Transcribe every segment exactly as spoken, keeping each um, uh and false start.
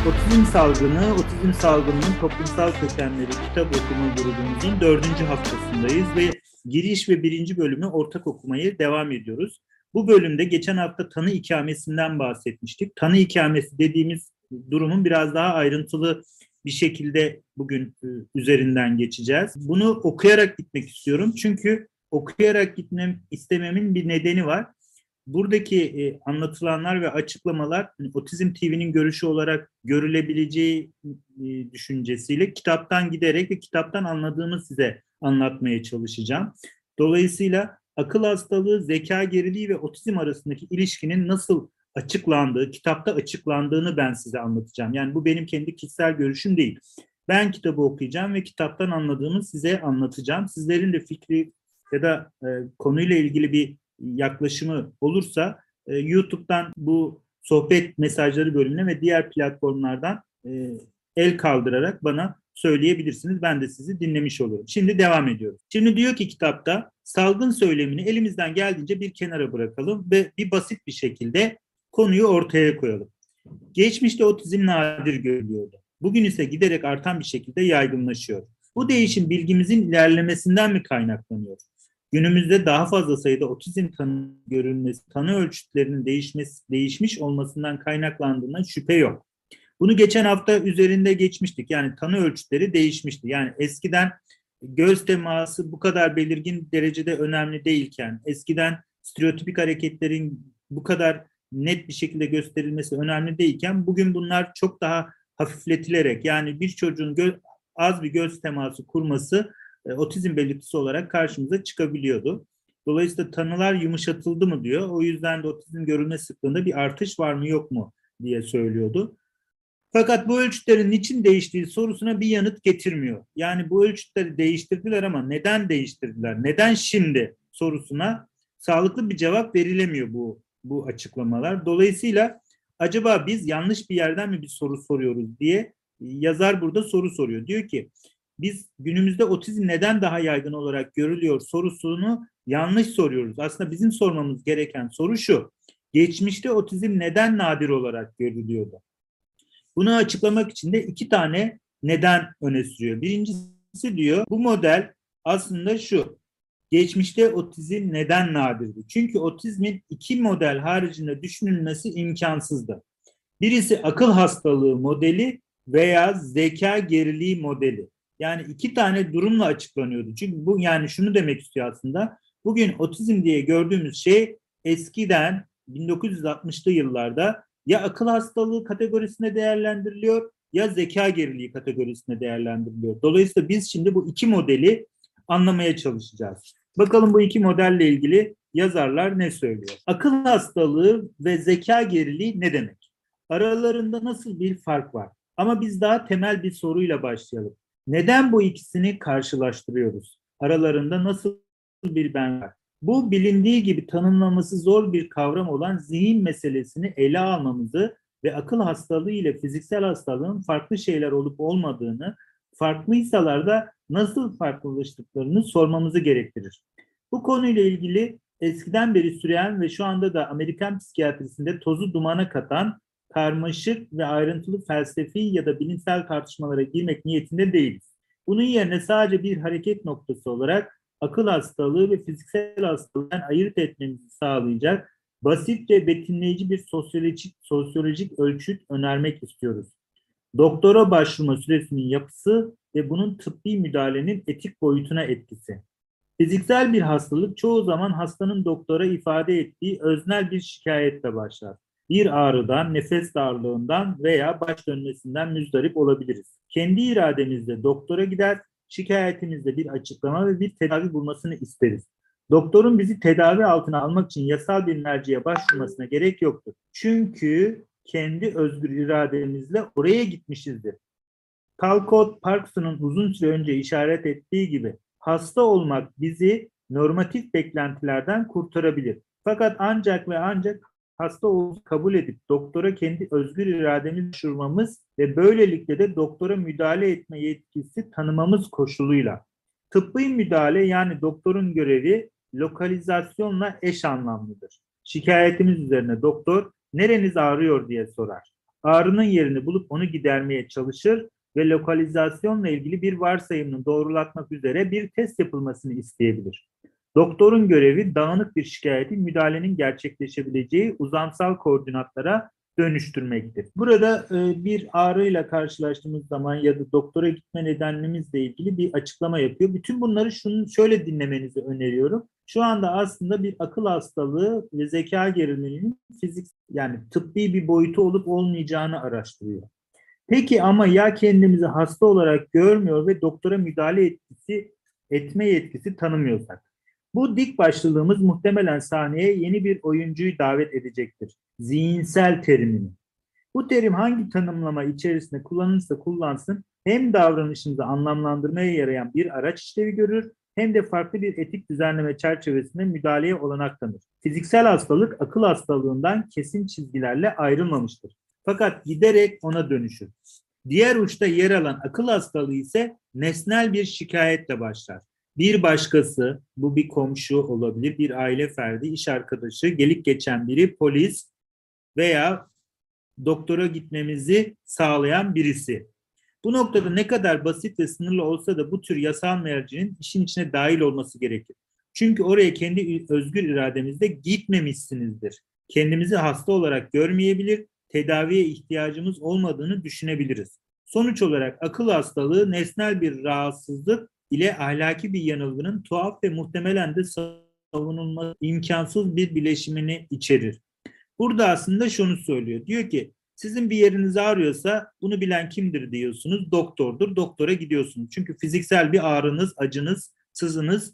Otizm salgını, otizm salgınının toplumsal kökenleri kitap okuma grubumuzun dördüncü haftasındayız ve giriş ve birinci bölümü ortak okumayı devam ediyoruz. Bu bölümde geçen hafta tanı ikamesinden bahsetmiştik. Tanı ikamesi dediğimiz durumun biraz daha ayrıntılı bir şekilde bugün üzerinden geçeceğiz. Bunu okuyarak gitmek istiyorum çünkü okuyarak gitmem istememin bir nedeni var. Buradaki e, anlatılanlar ve açıklamalar hani, Otizm T V'nin görüşü olarak görülebileceği e, düşüncesiyle kitaptan giderek ve kitaptan anladığımı size anlatmaya çalışacağım. Dolayısıyla akıl hastalığı, zeka geriliği ve otizm arasındaki ilişkinin nasıl açıklandığı, kitapta açıklandığını ben size anlatacağım. Yani bu benim kendi kişisel görüşüm değil. Ben kitabı okuyacağım ve kitaptan anladığımı size anlatacağım. Sizlerin de fikri ya da e, konuyla ilgili bir yaklaşımı olursa e, YouTube'dan bu sohbet mesajları bölümüne ve diğer platformlardan e, el kaldırarak bana söyleyebilirsiniz. Ben de sizi dinlemiş olurum. Şimdi devam ediyoruz. Şimdi diyor ki kitapta salgın söylemini elimizden geldiğince bir kenara bırakalım ve bir basit bir şekilde konuyu ortaya koyalım. Geçmişte otizm nadir görülüyordu. Bugün ise giderek artan bir şekilde yaygınlaşıyor. Bu değişim bilgimizin ilerlemesinden mi kaynaklanıyor? Günümüzde daha fazla sayıda otizm tanı görülmesi, tanı ölçütlerinin değişmesi, değişmiş olmasından kaynaklandığına şüphe yok. Bunu geçen hafta üzerinde geçmiştik. Yani tanı ölçütleri değişmişti. Yani eskiden göz teması bu kadar belirgin derecede önemli değilken, eskiden stereotipik hareketlerin bu kadar net bir şekilde gösterilmesi önemli değilken, bugün bunlar çok daha hafifletilerek, yani bir çocuğun gö- az bir göz teması kurması e, otizm belirtisi olarak karşımıza çıkabiliyordu. Dolayısıyla tanılar yumuşatıldı mı diyor. O yüzden de otizm görülme sıklığında bir artış var mı yok mu diye söylüyordu. Fakat bu ölçütlerin niçin değiştiği sorusuna bir yanıt getirmiyor. Yani bu ölçütleri değiştirdiler ama neden değiştirdiler? Neden şimdi sorusuna sağlıklı bir cevap verilemiyor bu bu açıklamalar. Dolayısıyla acaba biz yanlış bir yerden mi bir soru soruyoruz diye yazar burada soru soruyor. Diyor ki biz günümüzde otizm neden daha yaygın olarak görülüyor sorusunu yanlış soruyoruz. Aslında bizim sormamız gereken soru şu: geçmişte otizm neden nadir olarak görülüyordu? Bunu açıklamak için de iki tane neden öne sürüyor. Birincisi diyor, bu model aslında şu: geçmişte otizm neden nadirdi? Çünkü otizmin iki model haricinde düşünülmesi imkansızdı. Birisi akıl hastalığı modeli veya zeka geriliği modeli. Yani iki tane durumla açıklanıyordu. Çünkü bu, yani şunu demek istiyor aslında. Bugün otizm diye gördüğümüz şey eskiden bin dokuz yüz altmışlı yıllarda ya akıl hastalığı kategorisine değerlendiriliyor ya zeka geriliği kategorisine değerlendiriliyor. Dolayısıyla biz şimdi bu iki modeli anlamaya çalışacağız. Bakalım bu iki modelle ilgili yazarlar ne söylüyor? Akıl hastalığı ve zeka geriliği ne demek? Aralarında nasıl bir fark var? Ama biz daha temel bir soruyla başlayalım. Neden bu ikisini karşılaştırıyoruz? Aralarında nasıl bir ben var? Bu bilindiği gibi tanımlaması zor bir kavram olan zihin meselesini ele almamızı ve akıl hastalığı ile fiziksel hastalığın farklı şeyler olup olmadığını, farklıysalar da nasıl farklılaştıklarını sormamızı gerektirir. Bu konuyla ilgili eskiden beri süren ve şu anda da Amerikan psikiyatrisinde tozu dumana katan karmaşık ve ayrıntılı felsefi ya da bilimsel tartışmalara girmek niyetinde değiliz. Bunun yerine sadece bir hareket noktası olarak akıl hastalığı ve fiziksel hastalığından ayırt etmemizi sağlayacak basit ve betimleyici bir sosyolojik, sosyolojik ölçüt önermek istiyoruz. Doktora başvurma süresinin yapısı ve bunun tıbbi müdahalenin etik boyutuna etkisi. Fiziksel bir hastalık çoğu zaman hastanın doktora ifade ettiği öznel bir şikayetle başlar. Bir ağrıdan, nefes darlığından veya baş dönmesinden müzdarip olabiliriz. Kendi irademizle doktora gider, şikayetimizde bir açıklama ve bir tedavi bulmasını isteriz. Doktorun bizi tedavi altına almak için yasal bir merciye başvurmasına gerek yoktur. Çünkü kendi özgür irademizle oraya gitmişizdir. Talcott Parkinson'un uzun süre önce işaret ettiği gibi hasta olmak bizi normatif beklentilerden kurtarabilir. Fakat ancak ve ancak hasta olduğumuzu kabul edip doktora kendi özgür irademizi başvurmamız ve böylelikle de doktora müdahale etme yetkisi tanımamız koşuluyla. Tıbbi müdahale, yani doktorun görevi, lokalizasyonla eş anlamlıdır. Şikayetimiz üzerine doktor nereniz ağrıyor diye sorar. ağrının yerini bulup onu gidermeye çalışır ve lokalizasyonla ilgili bir varsayımını doğrulatmak üzere bir test yapılmasını isteyebilir. Doktorun görevi dağınık bir şikayeti müdahalenin gerçekleşebileceği uzamsal koordinatlara dönüştürmektir. Burada e, bir ağrıyla karşılaştığımız zaman ya da doktora gitme nedenimizle ilgili bir açıklama yapıyor. Bütün bunları şunu şöyle dinlemenizi öneriyorum. Şu anda aslında bir akıl hastalığı ve zeka geriliminin fizik yani tıbbi bir boyutu olup olmayacağını araştırıyor. Peki ama ya kendimizi hasta olarak görmüyor ve doktora müdahale etkisi etme yetkisi tanımıyorsak? Bu dik başlılığımız muhtemelen sahneye yeni bir oyuncuyu davet edecektir. Zihinsel terimini. Bu terim hangi tanımlama içerisinde kullanılırsa kullansın hem davranışımızı anlamlandırmaya yarayan bir araç işlevi görür hem de farklı bir etik düzenleme çerçevesinde müdahaleye olanak tanır. Fiziksel hastalık akıl hastalığından kesin çizgilerle ayrılmamıştır. Fakat giderek ona dönüşür. Diğer uçta yer alan akıl hastalığı ise nesnel bir şikayetle başlar. Bir başkası, bu bir komşu olabilir, bir aile ferdi, iş arkadaşı, gelip geçen biri, polis veya doktora gitmemizi sağlayan birisi. Bu noktada ne kadar basit ve sınırlı olsa da bu tür yasal mercinin işin içine dahil olması gerekir. Çünkü oraya kendi özgür irademizde gitmemişsinizdir. Kendimizi hasta olarak görmeyebilir, tedaviye ihtiyacımız olmadığını düşünebiliriz. Sonuç olarak akıl hastalığı nesnel bir rahatsızlık ile ahlaki bir yanılgının tuhaf ve muhtemelen de savunulması imkansız bir bileşimini içerir. Burada aslında şunu söylüyor. Diyor ki sizin bir yeriniz ağrıyorsa bunu bilen kimdir diyorsunuz. Doktordur. Doktora gidiyorsunuz. Çünkü fiziksel bir ağrınız, acınız, sızınız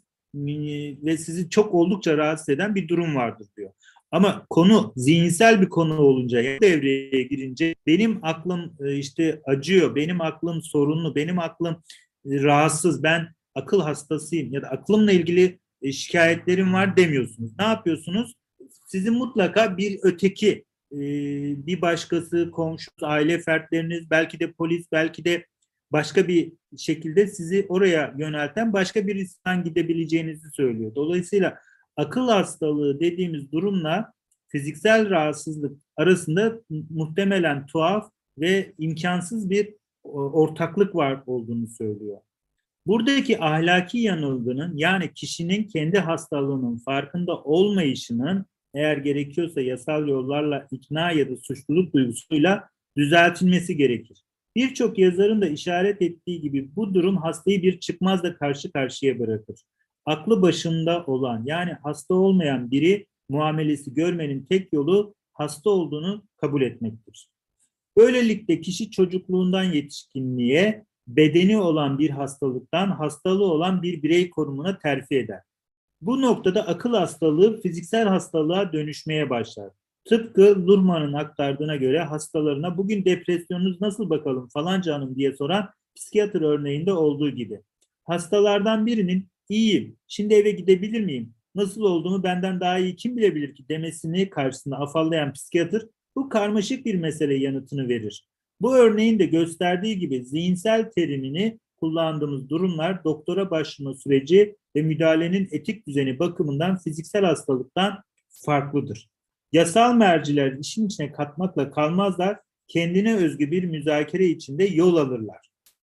ve sizi çok oldukça rahatsız eden bir durum vardır diyor. Ama konu zihinsel bir konu olunca, devreye girince benim aklım işte acıyor, benim aklım sorunlu, benim aklım rahatsız, ben akıl hastasıyım ya da aklımla ilgili şikayetlerim var demiyorsunuz. Ne yapıyorsunuz? Sizin mutlaka bir öteki, bir başkası, komşunuz, aile fertleriniz, belki de polis, belki de başka bir şekilde sizi oraya yönelten başka birisinden gidebileceğinizi söylüyor. Dolayısıyla akıl hastalığı dediğimiz durumla fiziksel rahatsızlık arasında muhtemelen tuhaf ve imkansız bir ortaklık var olduğunu söylüyor. Buradaki ahlaki yanılgının yani kişinin kendi hastalığının farkında olmayışının eğer gerekiyorsa yasal yollarla ikna ya da suçluluk duygusuyla düzeltilmesi gerekir. Birçok yazarın da işaret ettiği gibi bu durum hastayı bir çıkmazla karşı karşıya bırakır. Aklı başında olan yani hasta olmayan biri muamelesi görmenin tek yolu hasta olduğunu kabul etmektir. Böylelikle kişi çocukluğundan yetişkinliğe bedeni olan bir hastalıktan hastalığı olan bir birey konumuna terfi eder. Bu noktada akıl hastalığı fiziksel hastalığa dönüşmeye başlar. Tıpkı Luhmann'ın aktardığına göre hastalarına bugün depresyonunuz nasıl bakalım falanca hanım diye soran psikiyatr örneğinde olduğu gibi. Hastalardan birinin iyiyim, şimdi eve gidebilir miyim, nasıl olduğumu benden daha iyi kim bilebilir ki demesini karşısında afallayan psikiyatr bu karmaşık bir mesele yanıtını verir. Bu örneğin de gösterdiği gibi zihinsel terimini kullandığımız durumlar doktora başvurma süreci ve müdahalenin etik düzeni bakımından fiziksel hastalıktan farklıdır. Yasal merciler işin içine katmakla kalmazlar, kendine özgü bir müzakere içinde yol alırlar.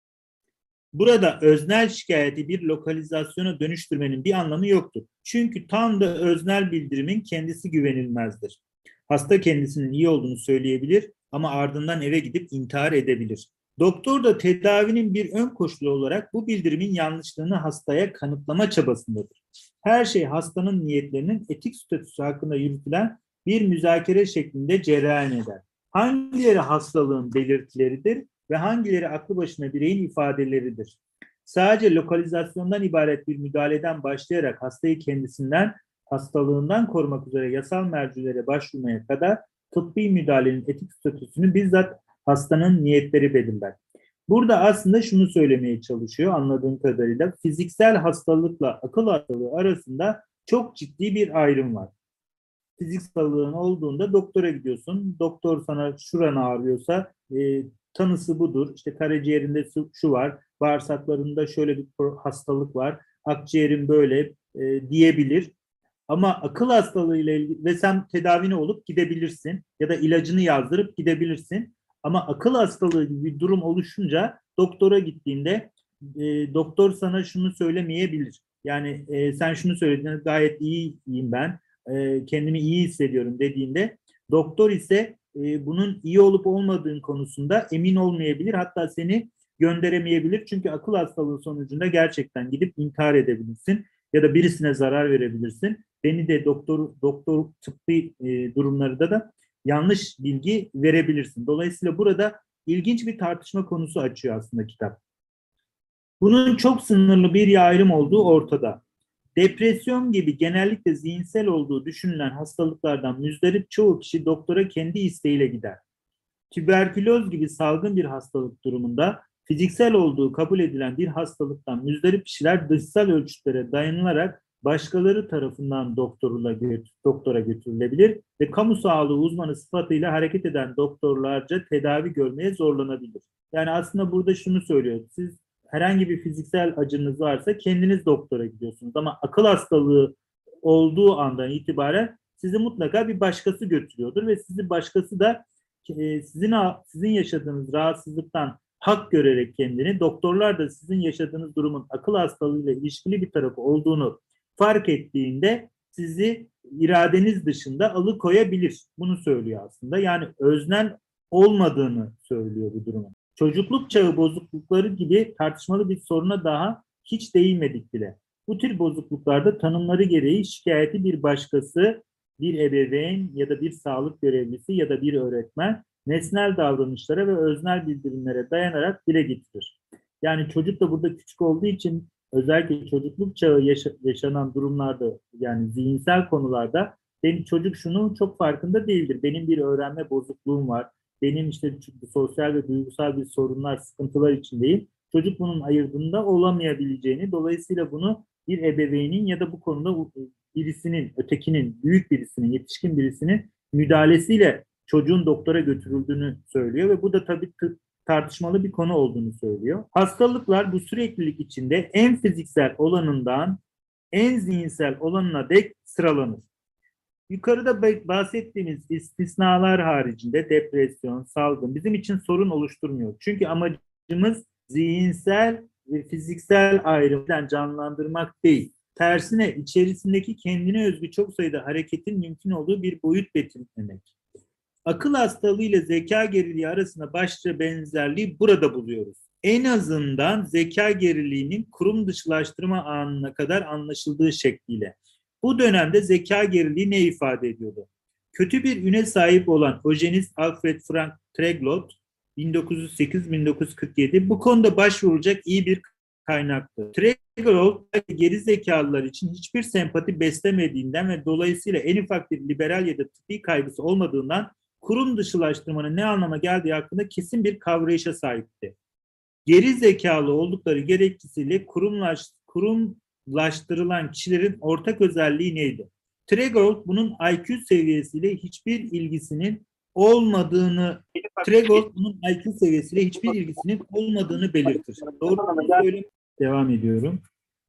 Burada öznel şikayeti bir lokalizasyona dönüştürmenin bir anlamı yoktur. Çünkü tam da öznel bildirimin kendisi güvenilmezdir. Hasta kendisinin iyi olduğunu söyleyebilir ama ardından eve gidip intihar edebilir. Doktor da tedavinin bir ön koşulu olarak bu bildirimin yanlışlığını hastaya kanıtlama çabasındadır. Her şey hastanın niyetlerinin etik statüsü hakkında yürütülen bir müzakere şeklinde cereyan eder. Hangileri hastalığın belirtileridir ve hangileri aklı başına bireyin ifadeleridir? Sadece lokalizasyondan ibaret bir müdahaleden başlayarak hastayı kendisinden, hastalığından korumak üzere yasal mercilere başvurmaya kadar tıbbi müdahalenin etik statüsünü bizzat hastanın niyetleri belirler. Burada aslında şunu söylemeye çalışıyor anladığım kadarıyla, fiziksel hastalıkla akıl hastalığı arasında çok ciddi bir ayrım var. Fiziksel hastalığın olduğunda doktora gidiyorsun. Doktor sana şuran ağrıyorsa e, tanısı budur. İşte karaciğerinde şu, şu var, bağırsaklarında şöyle bir hastalık var, akciğerin böyle e, diyebilir. Ama akıl hastalığıyla ilgili ve sen tedavini olup gidebilirsin ya da ilacını yazdırıp gidebilirsin. Ama akıl hastalığı gibi bir durum oluşunca doktora gittiğinde e, doktor sana şunu söylemeyebilir. Yani e, sen şunu söylediğinde gayet iyiyim ben, e, kendimi iyi hissediyorum dediğinde doktor ise e, bunun iyi olup olmadığın konusunda emin olmayabilir. Hatta seni gönderemeyebilir. Çünkü akıl hastalığı sonucunda gerçekten gidip intihar edebilirsin ya da birisine zarar verebilirsin. Beni de doktor doktor tıbbi e, durumlarda da yanlış bilgi verebilirsin. Dolayısıyla burada ilginç bir tartışma konusu açıyor aslında kitap. Bunun çok sınırlı bir ayrım olduğu ortada. Depresyon gibi genellikle zihinsel olduğu düşünülen hastalıklardan müzdarip çoğu kişi doktora kendi isteğiyle gider. Tüberküloz gibi salgın bir hastalık durumunda fiziksel olduğu kabul edilen bir hastalıktan müzdarip kişiler dışsal ölçütlere dayanılarak başkaları tarafından doktorla, doktora götürülebilir ve kamu sağlığı uzmanı sıfatıyla hareket eden doktorlarca tedavi görmeye zorlanabilir. Yani aslında burada şunu söylüyor. Siz herhangi bir fiziksel acınız varsa kendiniz doktora gidiyorsunuz. Ama akıl hastalığı olduğu andan itibaren sizi mutlaka bir başkası götürüyordur ve sizi başkası da sizin sizin yaşadığınız rahatsızlıktan hak görerek kendini, doktorlar da sizin yaşadığınız durumun akıl hastalığıyla ilişkili bir tarafı olduğunu fark ettiğinde sizi iradeniz dışında alıkoyabilir. Bunu söylüyor aslında. Yani öznel olmadığını söylüyor bu durumun. Çocukluk çağı bozuklukları gibi tartışmalı bir soruna daha hiç değinmedik bile. Bu tür bozukluklarda tanımları gereği şikayeti bir başkası, bir ebeveyn ya da bir sağlık görevlisi ya da bir öğretmen nesnel davranışlara ve öznel bildirimlere dayanarak dile getirir. Yani çocuk da burada küçük olduğu için özellikle çocukluk çağı yaşa yaşanan durumlarda, yani zihinsel konularda benim çocuk şunun çok farkında değildir. Benim bir öğrenme bozukluğum var. Benim işte sosyal ve duygusal bir sorunlar, sıkıntılar içindeyim. Çocuk bunun ayırdığında olamayabileceğini, dolayısıyla bunu bir ebeveynin ya da bu konuda birisinin, ötekinin, büyük birisinin, yetişkin birisinin müdahalesiyle çocuğun doktora götürüldüğünü söylüyor ve bu da tabii tartışmalı bir konu olduğunu söylüyor. Hastalıklar bu süreklilik içinde en fiziksel olanından en zihinsel olanına dek sıralanır. Yukarıda bahsettiğimiz istisnalar haricinde depresyon, salgın bizim için sorun oluşturmuyor. Çünkü amacımız zihinsel ve fiziksel ayrımdan canlandırmak değil. Tersine içerisindeki kendine özgü çok sayıda hareketin mümkün olduğu bir boyut betimlemek. Akıl hastalığı ile zeka geriliği arasında başlıca benzerliği burada buluyoruz. En azından zeka geriliğinin kurum dışılaştırma anına kadar anlaşıldığı şekliyle. Bu dönemde zeka geriliği ne ifade ediyordu? Kötü bir üne sahip olan ojenist Alfred Frank Treglow bin dokuz yüz sekiz bin dokuz yüz kırk yedi bu konuda başvurulacak iyi bir kaynaktı. Treglow geri zekalılar için hiçbir sempati beslemediğinden ve dolayısıyla en ufak bir liberal ya da tıbbi kaygısı olmadığından kurum dışılaştırmanın ne anlama geldiği hakkında kesin bir kavrayışa sahipti. Geri zekalı oldukları gerekçesiyle kurumlaş, kurumlaştırılan kişilerin ortak özelliği neydi? Treglow bunun I Q seviyesiyle hiçbir ilgisinin olmadığını Treglow bunun I Q seviyesiyle hiçbir ilgisinin olmadığını belirtir. Doğru mu söyleyeyim? Devam ediyorum.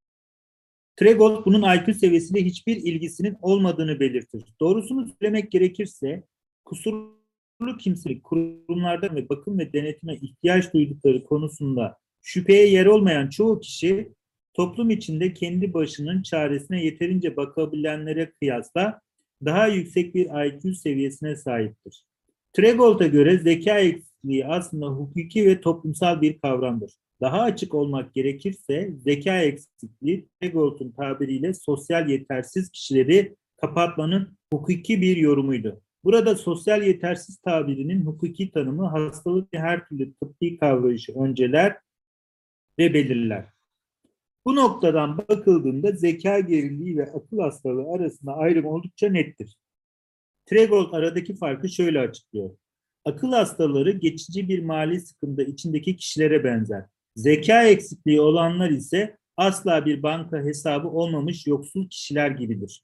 Treglow bunun I Q seviyesiyle hiçbir ilgisinin olmadığını belirtir. Doğrusunu söylemek gerekirse kusurlu kimselik kurumlardan ve bakım ve denetime ihtiyaç duydukları konusunda şüpheye yer olmayan çoğu kişi toplum içinde kendi başının çaresine yeterince bakabilenlere kıyasla daha yüksek bir I Q seviyesine sahiptir. Tregold'a göre zeka eksikliği aslında hukuki ve toplumsal bir kavramdır. Daha açık olmak gerekirse zeka eksikliği Tregold'un tabiriyle sosyal yetersiz kişileri kapatmanın hukuki bir yorumuydu. Burada sosyal yetersiz tabirinin hukuki tanımı hastalık ve her türlü tıbbi kavrayışı önceler ve belirler. Bu noktadan bakıldığında zeka geriliği ve akıl hastalığı arasında ayrım oldukça nettir. Tregold aradaki farkı şöyle açıklıyor. Akıl hastaları geçici bir mali sıkıntı içindeki kişilere benzer. Zeka eksikliği olanlar ise asla bir banka hesabı olmamış yoksul kişiler gibidir.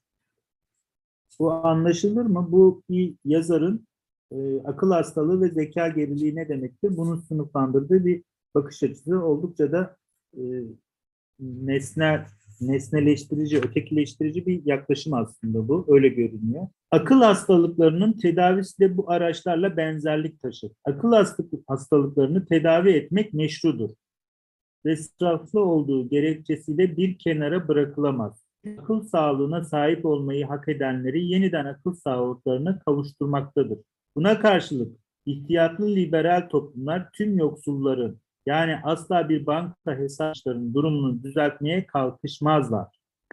Bu anlaşılır mı? Bu bir yazarın e, akıl hastalığı ve zeka geriliği ne demektir? Bunu sınıflandırdığı bir bakış açısı oldukça da e, nesnel nesneleştirici, ötekileştirici bir yaklaşım aslında bu. Öyle görünüyor. Akıl hastalıklarının tedavisi de bu araçlarla benzerlik taşır. Akıl hastalıklarını tedavi etmek meşrudur ve israflı olduğu gerekçesiyle bir kenara bırakılamaz. Akıl sağlığına sahip olmayı hak edenleri yeniden akıl sağlıklarına kavuşturmaktadır. Buna karşılık ihtiyatlı liberal toplumlar tüm yoksulların, yani asla bir banka hesaplarının durumunu düzeltmeye kalkışmazlar.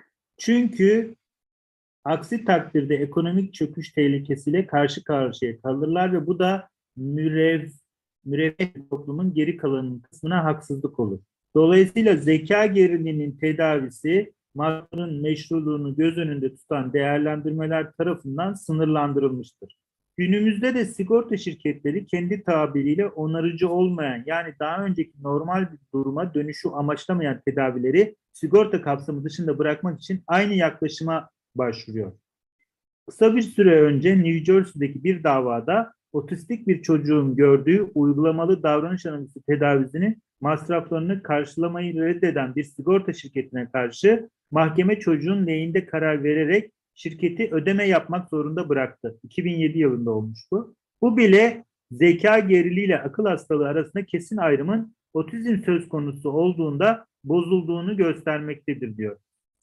Çünkü aksi takdirde ekonomik çöküş tehlikesiyle karşı karşıya kalırlar ve bu da mürev, müreffeh toplumun geri kalanının kısmına haksızlık olur. Dolayısıyla zeka gerililiğinin tedavisi Marx'ın meşruluğunu göz önünde tutan değerlendirmeler tarafından sınırlandırılmıştır. Günümüzde de sigorta şirketleri kendi tabiriyle onarıcı olmayan, yani daha önceki normal bir duruma dönüşü amaçlamayan tedavileri sigorta kapsamı dışında bırakmak için aynı yaklaşıma başvuruyor. Kısa bir süre önce New Jersey'deki bir davada otistik bir çocuğun gördüğü uygulamalı davranış analizi tedavisinin masraflarını karşılamayı reddeden bir sigorta şirketine karşı mahkeme çocuğun lehinde karar vererek şirketi ödeme yapmak zorunda bıraktı. iki bin yedi yılında olmuş bu. Bu bile zeka geriliği ile akıl hastalığı arasında kesin ayrımın otizm söz konusu olduğunda bozulduğunu göstermektedir diyor.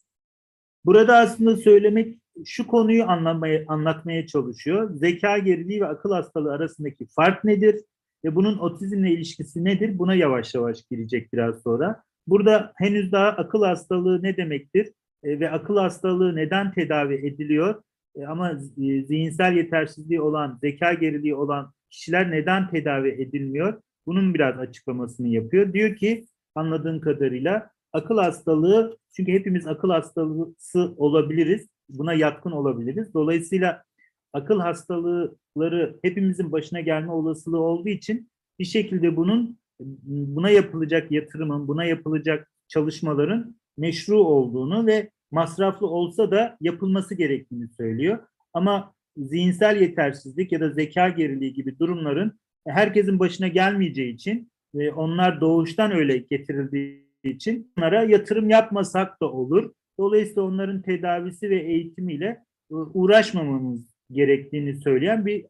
Burada aslında söylemek, şu konuyu anlamaya, anlatmaya çalışıyor. Zeka geriliği ve akıl hastalığı arasındaki fark nedir? Ve bunun otizmle ilişkisi nedir? Buna yavaş yavaş girecek biraz sonra. Burada henüz daha akıl hastalığı ne demektir? E, ve akıl hastalığı neden tedavi ediliyor? E, ama e, zihinsel yetersizliği olan, zeka geriliği olan kişiler neden tedavi edilmiyor? Bunun biraz açıklamasını yapıyor. Diyor ki anladığım kadarıyla akıl hastalığı, çünkü hepimiz akıl hastası olabiliriz, buna yatkın olabiliriz. Dolayısıyla akıl hastalıkları hepimizin başına gelme olasılığı olduğu için bir şekilde bunun buna yapılacak yatırımın, buna yapılacak çalışmaların meşru olduğunu ve masraflı olsa da yapılması gerektiğini söylüyor. Ama zihinsel yetersizlik ya da zeka geriliği gibi durumların herkesin başına gelmeyeceği için ve onlar doğuştan öyle getirildiği için onlara yatırım yapmasak da olur. Dolayısıyla onların tedavisi ve eğitimiyle uğraşmamamız gerektiğini söyleyen bir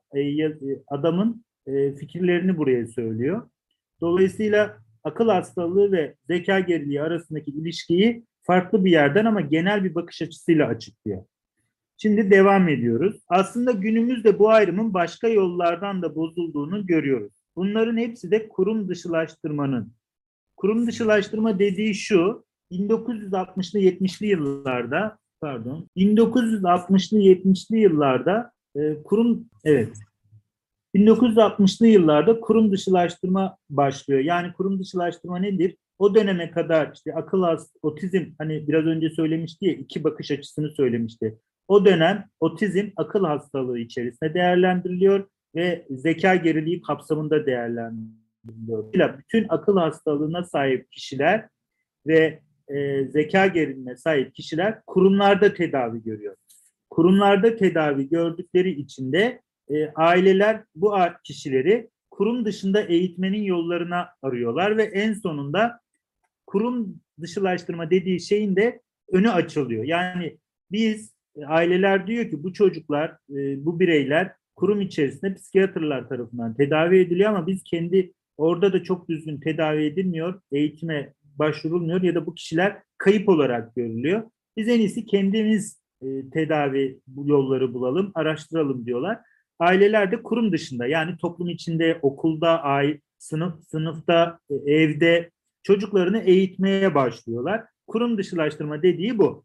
adamın fikirlerini buraya söylüyor. Dolayısıyla akıl hastalığı ve zeka geriliği arasındaki ilişkiyi farklı bir yerden ama genel bir bakış açısıyla açıklıyor. Şimdi devam ediyoruz. Aslında günümüzde bu ayrımın başka yollardan da bozulduğunu görüyoruz. Bunların hepsi de kurum dışılaştırmanın. Kurum dışılaştırma dediği şu, bin dokuz yüz altmışlı yetmişli yıllarda, pardon, bin dokuz yüz altmışlı yetmişli yıllarda e, kurum, evet, bin dokuz yüz altmışlı yıllarda kurum dışılaştırma başlıyor. Yani kurum dışılaştırma nedir? O döneme kadar işte akıl hastası, otizm, hani biraz önce söylemişti ya, iki bakış açısını söylemişti. O dönem otizm akıl hastalığı içerisinde değerlendiriliyor ve zeka geriliği kapsamında değerlendiriliyor. Bütün akıl hastalığına sahip kişiler ve e, zeka geriliğine sahip kişiler kurumlarda tedavi görüyor. Kurumlarda tedavi gördükleri için de e, aileler bu kişileri kurum dışında eğitmenin yollarına arıyorlar ve en sonunda kurum dışılaştırma dediği şeyin de önü açılıyor. Yani biz, aileler diyor ki bu çocuklar, e, bu bireyler kurum içerisinde psikiyatrlar tarafından tedavi ediliyor ama biz kendi orada da çok düzgün tedavi edilmiyor, eğitime başvurulmuyor ya da bu kişiler kayıp olarak görülüyor. Biz en iyisi kendimiz e, tedavi yolları bulalım, araştıralım diyorlar. Aileler de kurum dışında, yani toplum içinde, okulda, ay, sınıf, sınıfta, e, evde çocuklarını eğitmeye başlıyorlar. Kurum dışılaştırma dediği bu.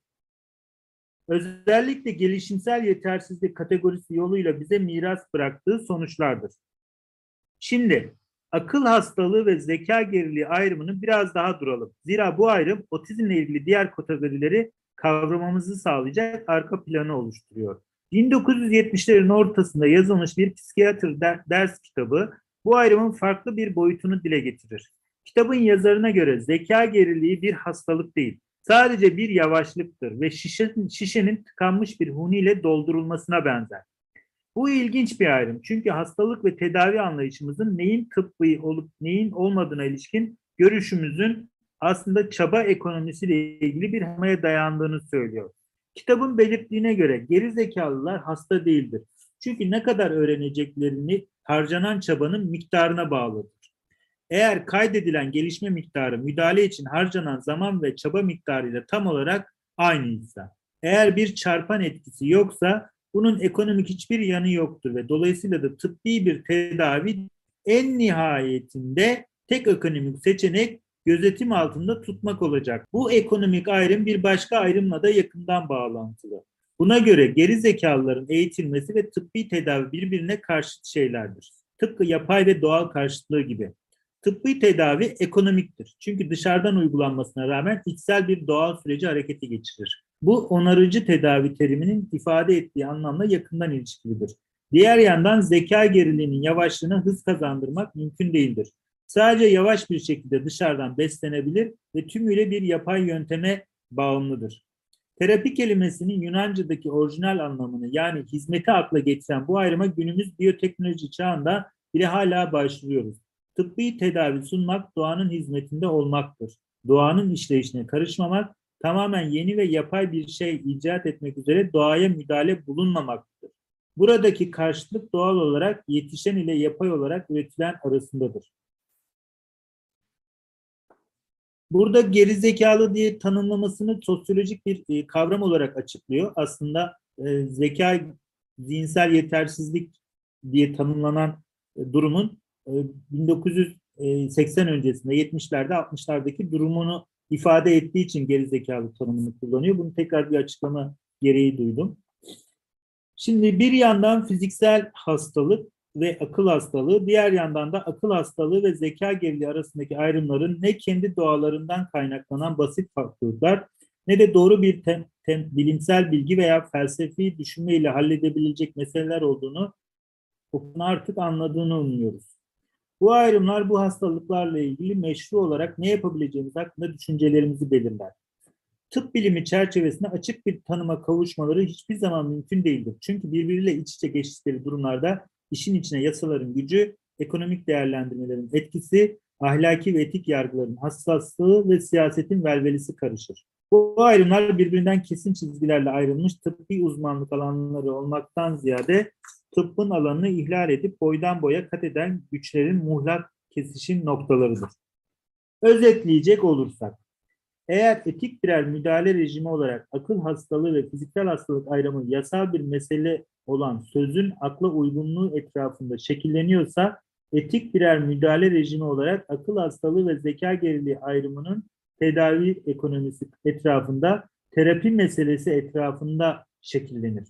Özellikle gelişimsel yetersizlik kategorisi yoluyla bize miras bıraktığı sonuçlardır. Şimdi akıl hastalığı ve zeka geriliği ayrımını biraz daha duralım. Zira bu ayrım otizmle ilgili diğer kategorileri kavramamızı sağlayacak arka planı oluşturuyor. bin dokuz yüz yetmişlerin ortasında yazılmış bir psikiyatri ders kitabı bu ayrımın farklı bir boyutunu dile getirir. Kitabın yazarına göre zeka geriliği bir hastalık değil, sadece bir yavaşlıktır ve şişe, şişenin tıkanmış bir huniyle doldurulmasına benzer. Bu ilginç bir ayrım çünkü hastalık ve tedavi anlayışımızın neyin tıbbi olup neyin olmadığına ilişkin görüşümüzün aslında çaba ekonomisiyle ilgili bir hamaya dayandığını söylüyor. Kitabın belirttiğine göre geri zekalılar hasta değildir. Çünkü ne kadar öğreneceklerini harcanan çabanın miktarına bağlıdır. Eğer kaydedilen gelişme miktarı müdahale için harcanan zaman ve çaba miktarıyla tam olarak aynıysa, eğer bir çarpan etkisi yoksa bunun ekonomik hiçbir yanı yoktur ve dolayısıyla da tıbbi bir tedavi en nihayetinde tek ekonomik seçenek gözetim altında tutmak olacak. Bu ekonomik ayrım bir başka ayrımla da yakından bağlantılı. Buna göre geri zekalıların eğitilmesi ve tıbbi tedavi birbirine karşıt şeylerdir. Tıpkı yapay ve doğal karşıtlığı gibi. Tıbbi tedavi ekonomiktir. Çünkü dışarıdan uygulanmasına rağmen içsel bir doğal süreci harekete geçirir. Bu onarıcı tedavi teriminin ifade ettiği anlamla yakından ilişkilidir. Diğer yandan zeka geriliğinin yavaşlığına hız kazandırmak mümkün değildir. Sadece yavaş bir şekilde dışarıdan beslenebilir ve tümüyle bir yapay yönteme bağımlıdır. Terapi kelimesinin Yunanca'daki orijinal anlamını yani hizmeti akla getiren bu ayrıma günümüz biyoteknoloji çağında bile hala başlıyoruz. Tıbbi tedavi sunmak doğanın hizmetinde olmaktır. Doğanın işleyişine karışmamak, tamamen yeni ve yapay bir şey icat etmek üzere doğaya müdahale bulunmamaktır. Buradaki karşılık doğal olarak yetişen ile yapay olarak üretilen arasındadır. Burada gerizekalı diye tanımlamasını sosyolojik bir e, kavram olarak açıklıyor. Aslında e, zeka, zihinsel yetersizlik diye tanımlanan e, durumun e, bin dokuz yüz seksen öncesinde yetmişlerde altmışlardaki durumunu ifade ettiği için gerizekalı tanımını kullanıyor. Bunu tekrar bir açıklama gereği duydum. Şimdi bir yandan fiziksel hastalık ve akıl hastalığı, diğer yandan da akıl hastalığı ve zeka geriliği arasındaki ayrımların ne kendi doğalarından kaynaklanan basit farklılıklar ne de doğru bir tem, tem, bilimsel bilgi veya felsefi düşünmeyle halledebilecek meseleler olduğunu artık anladığını umuyoruz. Bu ayrımlar bu hastalıklarla ilgili meşru olarak ne yapabileceğimiz hakkında düşüncelerimizi belirler. Tıp bilimi çerçevesinde açık bir tanıma kavuşmaları hiçbir zaman mümkün değildir. Çünkü birbiriyle iç içe geçtikleri durumlarda işin içine yasaların gücü, ekonomik değerlendirmelerin etkisi, ahlaki ve etik yargıların hassaslığı ve siyasetin velvelisi karışır. Bu ayrımlar birbirinden kesin çizgilerle ayrılmış tıbbi uzmanlık alanları olmaktan ziyade tıbbın alanını ihlal edip boydan boya kat eden güçlerin muhlak kesişim noktalarıdır. Özetleyecek olursak, eğer etik birer müdahale rejimi olarak akıl hastalığı ve fiziksel hastalık ayrımı yasal bir mesele olan sözün akla uygunluğu etrafında şekilleniyorsa, etik birer müdahale rejimi olarak akıl hastalığı ve zeka geriliği ayrımının tedavi ekonomisi etrafında, terapi meselesi etrafında şekillenir.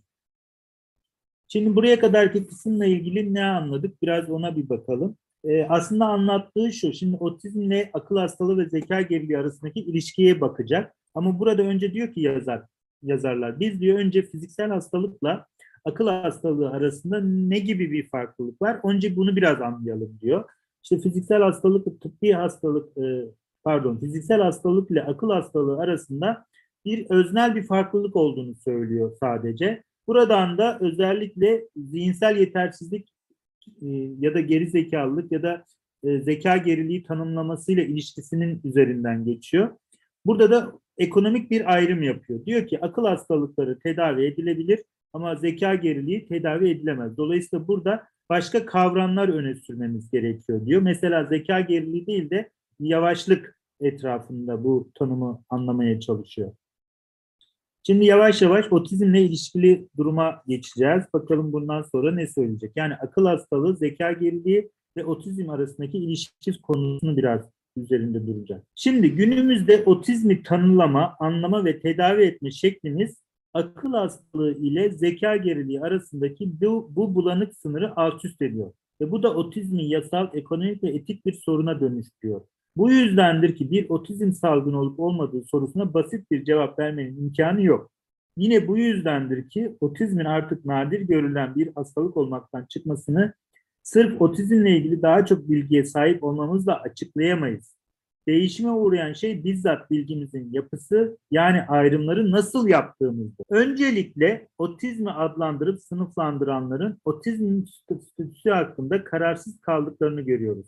Şimdi buraya kadarki kısımla ilgili ne anladık? Biraz ona bir bakalım. Ee, aslında anlattığı şu, şimdi otizmle akıl hastalığı ve zeka geriliği arasındaki ilişkiye bakacak. Ama burada önce diyor ki yazar, yazarlar, biz diyor önce fiziksel hastalıkla akıl hastalığı arasında ne gibi bir farklılık var? Önce bunu biraz anlayalım diyor. İşte fiziksel hastalık, tıbbi hastalık, e, pardon, fiziksel hastalık ile akıl hastalığı arasında bir öznel bir farklılık olduğunu söylüyor sadece. Buradan da özellikle zihinsel yetersizlik e, ya da geri zekalılık ya da e, zeka geriliği tanımlamasıyla ilişkisinin üzerinden geçiyor. Burada da ekonomik bir ayrım yapıyor. Diyor ki akıl hastalıkları tedavi edilebilir ama zeka geriliği tedavi edilemez. Dolayısıyla burada başka kavramlar öne sürmemiz gerekiyor diyor. Mesela zeka geriliği değil de yavaşlık etrafında bu tanımı anlamaya çalışıyor. Şimdi yavaş yavaş otizmle ilişkili duruma geçeceğiz. Bakalım bundan sonra ne söyleyecek? Yani akıl hastalığı, zeka geriliği ve otizm arasındaki ilişki konusunu biraz üzerinde duracak. Şimdi günümüzde otizmi tanımlama, anlama ve tedavi etme şeklimiz akıl hastalığı ile zeka geriliği arasındaki bu, bu bulanık sınırı alt üst ediyor. Ve bu da otizmi yasal, ekonomik ve etik bir soruna dönüştürüyor. Bu yüzdendir ki bir otizm salgını olup olmadığı sorusuna basit bir cevap vermenin imkanı yok. Yine bu yüzdendir ki otizmin artık nadir görülen bir hastalık olmaktan çıkmasını sırf otizmle ilgili daha çok bilgiye sahip olmamızla açıklayamayız. Değişime uğrayan şey bizzat bilgimizin yapısı, yani ayrımları nasıl yaptığımızdır. Öncelikle otizmi adlandırıp sınıflandıranların otizmin statüsü hakkında kararsız kaldıklarını görüyoruz.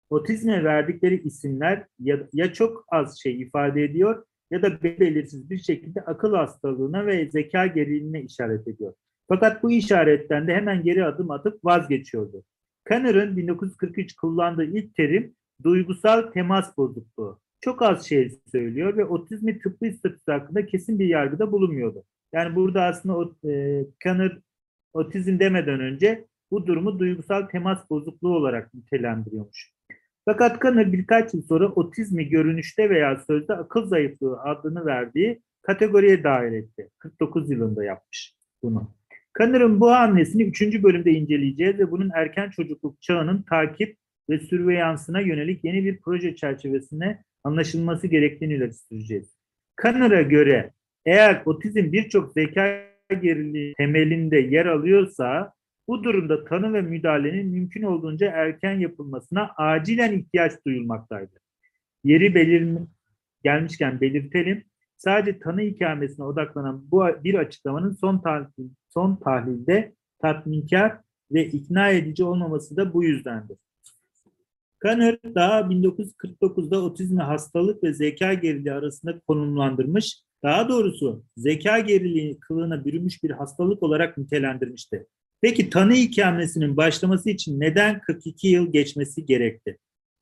Otizme verdikleri isimler ya, ya çok az şey ifade ediyor ya da belirsiz bir şekilde akıl hastalığına ve zeka geriliğine işaret ediyor. Fakat bu işaretten de hemen geri adım atıp vazgeçiyordu. Kanner'ın bin dokuz yüz kırk üç kullandığı ilk terim duygusal temas bozukluğu. Çok az şey söylüyor ve otizmi tıbbi statüsü hakkında kesin bir yargıda bulunmuyordu. Yani burada aslında o, e, Kanner otizm demeden önce bu durumu duygusal temas bozukluğu olarak nitelendiriyormuş. Fakat Kanner birkaç yıl sonra otizmi görünüşte veya sözde akıl zayıflığı adını verdiği kategoriye dahil etti. kırk dokuz yılında yapmış bunu. Kanner'ın bu hamlesini üçüncü bölümde inceleyeceğiz ve bunun erken çocukluk çağının takip ve sürveyansına yönelik yeni bir proje çerçevesine anlaşılması gerektiğini ileri süreceğiz. Kanner'a göre eğer otizm birçok zeka geriliği temelinde yer alıyorsa bu durumda tanı ve müdahalenin mümkün olduğunca erken yapılmasına acilen ihtiyaç duyulmaktaydı. Yeri belir gelmişken belirtelim, sadece tanı hikayesine odaklanan bu bir açıklamanın son, tahlil, son tahlilde tatminkar ve ikna edici olmaması da bu yüzdendir. Kanner daha bin dokuz yüz kırk dokuzda otizmi hastalık ve zeka geriliği arasında konumlandırmış, daha doğrusu zeka geriliği kılığına bürünmüş bir hastalık olarak nitelendirmişti. Peki tanı ikamesinin başlaması için neden kırk iki yıl geçmesi gerekti?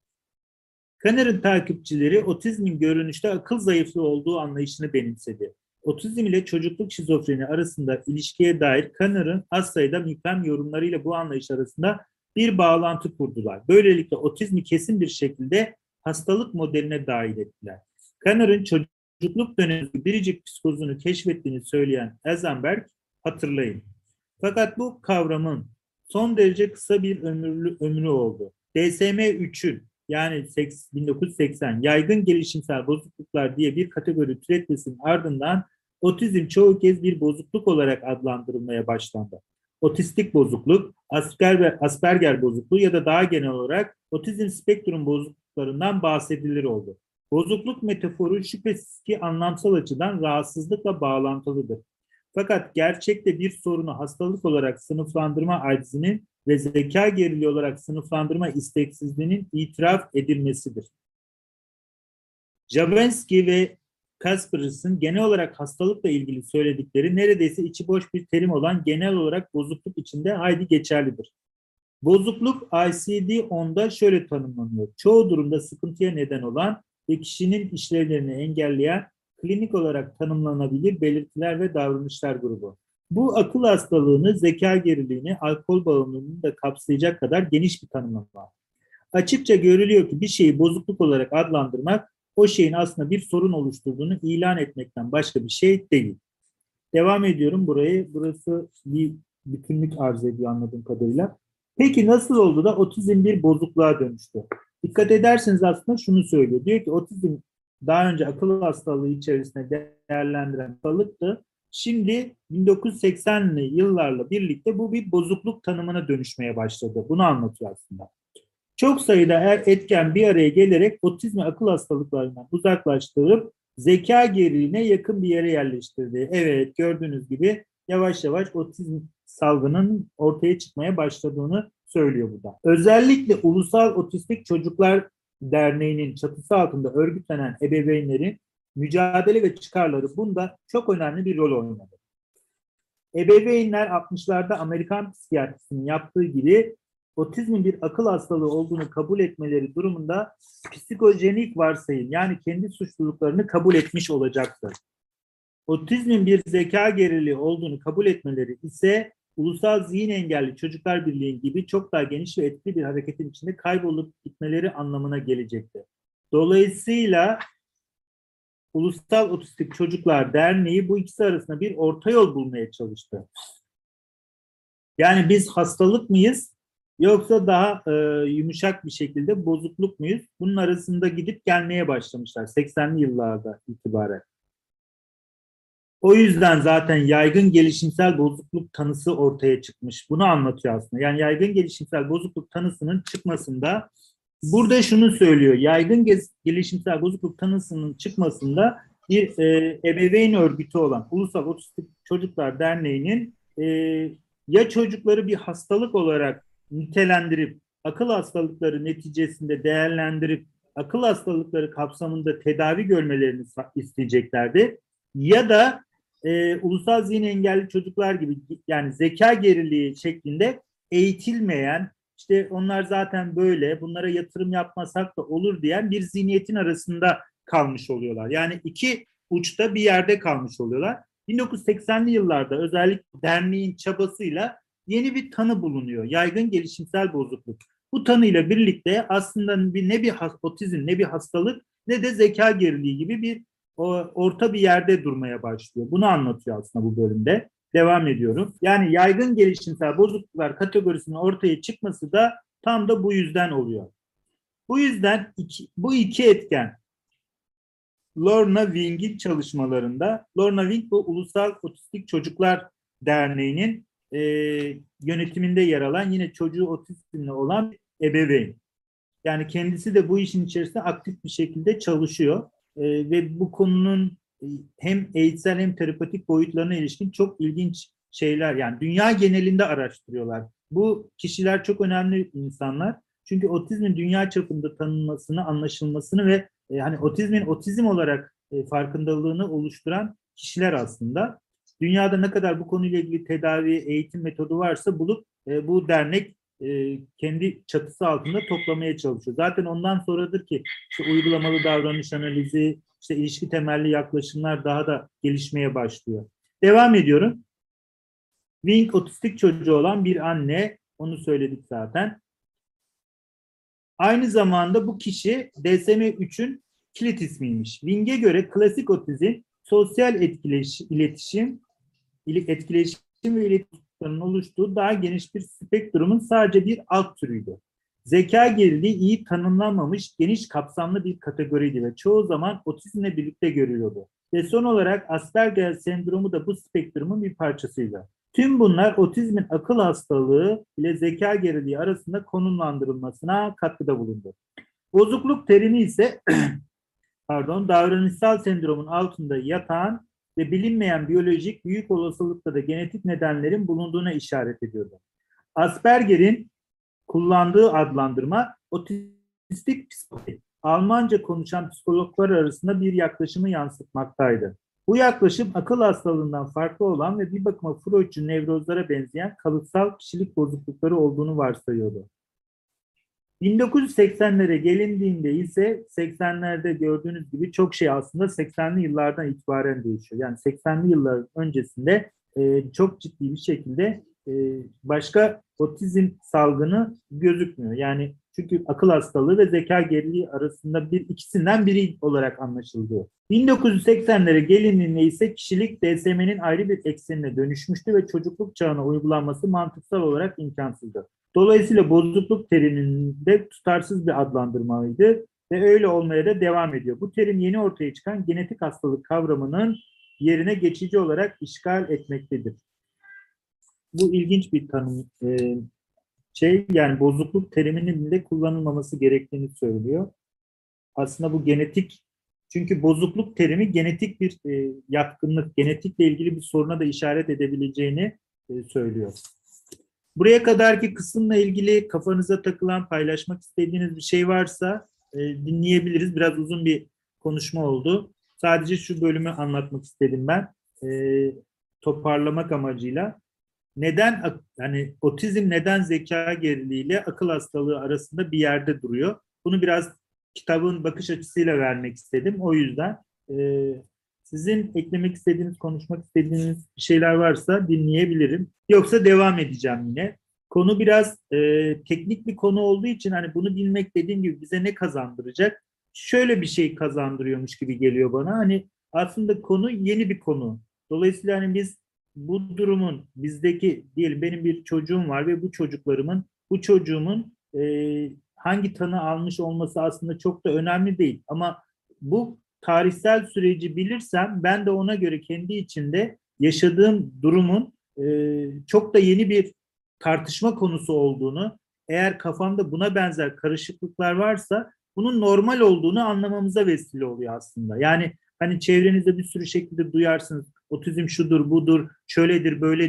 Kanner'ın takipçileri otizmin görünüşte akıl zayıflığı olduğu anlayışını benimsedi. Otizm ile çocukluk şizofreni arasında ilişkiye dair Kanner'ın az sayıda müphem yorumlarıyla bu anlayış arasında bir bağlantı kurdular. Böylelikle otizmi kesin bir şekilde hastalık modeline dahil ettiler. Kanner'ın çocukluk dönemi biricik psikozunu keşfettiğini söyleyen Eisenberg, hatırlayın. Fakat bu kavramın son derece kısa bir ömürlü, ömrü oldu. D S M üçün yani bin dokuz yüz seksen yaygın gelişimsel bozukluklar diye bir kategori türetmesinin ardından otizm çoğu kez bir bozukluk olarak adlandırılmaya başlandı. Otistik bozukluk, Asperger, Asperger bozukluğu ya da daha genel olarak otizm spektrum bozukluklarından bahsedilir oldu. Bozukluk metaforu şüphesiz ki anlamsal açıdan rahatsızlıkla bağlantılıdır. Fakat gerçekte bir sorunu hastalık olarak sınıflandırma acizinin ve zeka geriliği olarak sınıflandırma isteksizliğinin itiraf edilmesidir. Jablonski ve Kaspars'ın genel olarak hastalıkla ilgili söyledikleri neredeyse içi boş bir terim olan genel olarak bozukluk içinde hayli geçerlidir. Bozukluk I C D on'da şöyle tanımlanıyor. Çoğu durumda sıkıntıya neden olan ve kişinin işlevlerini engelleyen klinik olarak tanımlanabilir belirtiler ve davranışlar grubu. Bu akıl hastalığını, zeka geriliğini, alkol bağımlılığını da kapsayacak kadar geniş bir tanımlama var. Açıkça görülüyor ki bir şeyi bozukluk olarak adlandırmak, o şeyin aslında bir sorun oluşturduğunu ilan etmekten başka bir şey değil. Devam ediyorum burayı. Burası bir bütünlük arz ediyor anladığım kadarıyla. Peki nasıl oldu da otizm bir bozukluğa dönüştü? Dikkat ederseniz aslında şunu söylüyor. Diyor ki otizm daha önce akıl hastalığı içerisinde değerlendiren hastalıktı. Şimdi bin dokuz yüz seksenli yıllarla birlikte bu bir bozukluk tanımına dönüşmeye başladı. Bunu anlatıyor aslında. Çok sayıda er etken bir araya gelerek otizmi akıl hastalıklarından uzaklaştırıp zeka geriliğine yakın bir yere yerleştirdi. Evet, gördüğünüz gibi yavaş yavaş otizm salgının ortaya çıkmaya başladığını söylüyor burada. Özellikle Ulusal Otistik Çocuklar Derneği'nin çatısı altında örgütlenen ebeveynlerin mücadele ve çıkarları bunda çok önemli bir rol oynadı. Ebeveynler altmışlarda Amerikan psikiyatrisinin yaptığı gibi otizmin bir akıl hastalığı olduğunu kabul etmeleri durumunda psikojenik varsayım yani kendi suçluluklarını kabul etmiş olacaktır. Otizmin bir zeka geriliği olduğunu kabul etmeleri ise Ulusal Zihin Engelli Çocuklar Birliği gibi çok daha geniş ve etkili bir hareketin içinde kaybolup gitmeleri anlamına gelecektir. Dolayısıyla Ulusal Otistik Çocuklar Derneği bu ikisi arasında bir orta yol bulmaya çalıştı. Yani biz hastalık mıyız yoksa daha e, yumuşak bir şekilde bozukluk muyuz? Bunun arasında gidip gelmeye başlamışlar seksenli yıllarda itibaren. O yüzden zaten yaygın gelişimsel bozukluk tanısı ortaya çıkmış. Bunu anlatıyor aslında. Yani yaygın gelişimsel bozukluk tanısının çıkmasında burada şunu söylüyor. Yaygın gelişimsel bozukluk tanısının çıkmasında bir e, ebeveyn örgütü olan Ulusal Otistik Çocuklar Derneği'nin e, ya çocukları bir hastalık olarak nitelendirip akıl hastalıkları neticesinde değerlendirip akıl hastalıkları kapsamında tedavi görmelerini isteyeceklerdi. Ya da e, ulusal zihin engelli çocuklar gibi, yani zeka geriliği şeklinde eğitilmeyen, işte onlar zaten böyle, bunlara yatırım yapmasak da olur diyen bir zihniyetin arasında kalmış oluyorlar. Yani iki uçta bir yerde kalmış oluyorlar. bin dokuz yüz seksenli yıllarda özellikle derneğin çabasıyla yeni bir tanı bulunuyor. Yaygın gelişimsel bozukluk. Bu tanıyla birlikte aslında bir, ne bir otizm, ne bir hastalık, ne de zeka geriliği gibi bir o, orta bir yerde durmaya başlıyor. Bunu anlatıyor aslında bu bölümde. Devam ediyorum. Yani yaygın gelişimsel bozukluklar kategorisinin ortaya çıkması da tam da bu yüzden oluyor. Bu yüzden iki, bu iki etken Lorna Wing'in çalışmalarında, Lorna Wing bu Ulusal Otistik Çocuklar Derneği'nin e, yönetiminde yer alan, yine çocuğu otizmli olan ebeveyn. Yani kendisi de bu işin içerisinde aktif bir şekilde çalışıyor e, ve bu konunun hem eğitsel hem terapatik boyutlarına ilişkin çok ilginç şeyler, yani dünya genelinde araştırıyorlar. Bu kişiler çok önemli insanlar. Çünkü otizmin dünya çapında tanınmasını, anlaşılmasını ve e, hani otizmin otizm olarak e, farkındalığını oluşturan kişiler aslında. Dünyada ne kadar bu konuyla ilgili tedavi, eğitim metodu varsa bulup e, bu dernek e, kendi çatısı altında toplamaya çalışıyor. Zaten ondan sonradır ki işte uygulamalı davranış analizi, işte ilişki temelli yaklaşımlar daha da gelişmeye başlıyor. Devam ediyorum. Wing otistik çocuğu olan bir anne, onu söyledik zaten. Aynı zamanda bu kişi D S M üçün kilit ismiymiş. Wing'e göre klasik otizm sosyal etkileşim, iletişim, etkileşim ve iletişimlerin oluştuğu daha geniş bir spektrumun sadece bir alt türüydü. Zeka geriliği iyi tanımlanmamış, geniş kapsamlı bir kategoriydi ve çoğu zaman otizmle birlikte görülüyordu. Ve son olarak Asperger sendromu da bu spektrumun bir parçasıydı. Tüm bunlar otizmin akıl hastalığı ile zeka geriliği arasında konumlandırılmasına katkıda bulundu. Bozukluk terimi ise pardon, davranışsal sendromun altında yatan ve bilinmeyen biyolojik, büyük olasılıkla da genetik nedenlerin bulunduğuna işaret ediyordu. Asperger'in kullandığı adlandırma otistik psikoloji, Almanca konuşan psikologlar arasında bir yaklaşımı yansıtmaktaydı. Bu yaklaşım akıl hastalığından farklı olan ve bir bakıma Freudcu nevrozlara benzeyen kalıtsal kişilik bozuklukları olduğunu varsayıyordu. bin dokuz yüz seksenlere gelindiğinde ise seksenlerde gördüğünüz gibi çok şey aslında seksenli yıllardan itibaren değişiyor. Yani seksenli yıllar öncesinde e, çok ciddi bir şekilde e, başka otizm salgını gözükmüyor. Yani çünkü akıl hastalığı ve zeka geriliği arasında bir ikisinden biri olarak anlaşıldı. bin dokuz yüz seksenlere gelindiğinde ise kişilik D S M'nin ayrı bir eksenine dönüşmüştü ve çocukluk çağına uygulanması mantıksal olarak imkansızdı. Dolayısıyla bozukluk teriminin de tutarsız bir adlandırmaydı ve öyle olmaya da devam ediyor. Bu terim yeni ortaya çıkan genetik hastalık kavramının yerine geçici olarak işgal etmektedir. Bu ilginç bir tanım e, şey, yani bozukluk teriminin de kullanılmaması gerektiğini söylüyor. Aslında bu genetik, çünkü bozukluk terimi genetik bir e, yatkınlık, genetikle ilgili bir soruna da işaret edebileceğini e, söylüyor. Buraya kadarki kısımla ilgili kafanıza takılan, paylaşmak istediğiniz bir şey varsa e, dinleyebiliriz. Biraz uzun bir konuşma oldu. Sadece şu bölümü anlatmak istedim ben. E, toparlamak amacıyla. Neden, hani otizm neden zeka geriliğiyle akıl hastalığı arasında bir yerde duruyor? Bunu biraz kitabın bakış açısıyla vermek istedim. O yüzden e, sizin eklemek istediğiniz, konuşmak istediğiniz bir şeyler varsa dinleyebilirim. Yoksa devam edeceğim yine. Konu biraz e, teknik bir konu olduğu için hani bunu bilmek, dediğim gibi, bize ne kazandıracak? Şöyle bir şey kazandırıyormuş gibi geliyor bana. Hani aslında konu yeni bir konu. Dolayısıyla hani biz bu durumun, bizdeki, diyelim benim bir çocuğum var ve bu çocuklarımın, bu çocuğumun e, hangi tanı almış olması aslında çok da önemli değil. Ama bu tarihsel süreci bilirsem ben de ona göre kendi içinde yaşadığım durumun e, çok da yeni bir tartışma konusu olduğunu, eğer kafamda buna benzer karışıklıklar varsa bunun normal olduğunu anlamamıza vesile oluyor aslında. Yani hani çevrenizde bir sürü şekilde duyarsınız, otizm şudur, budur, şöyledir, böyledir.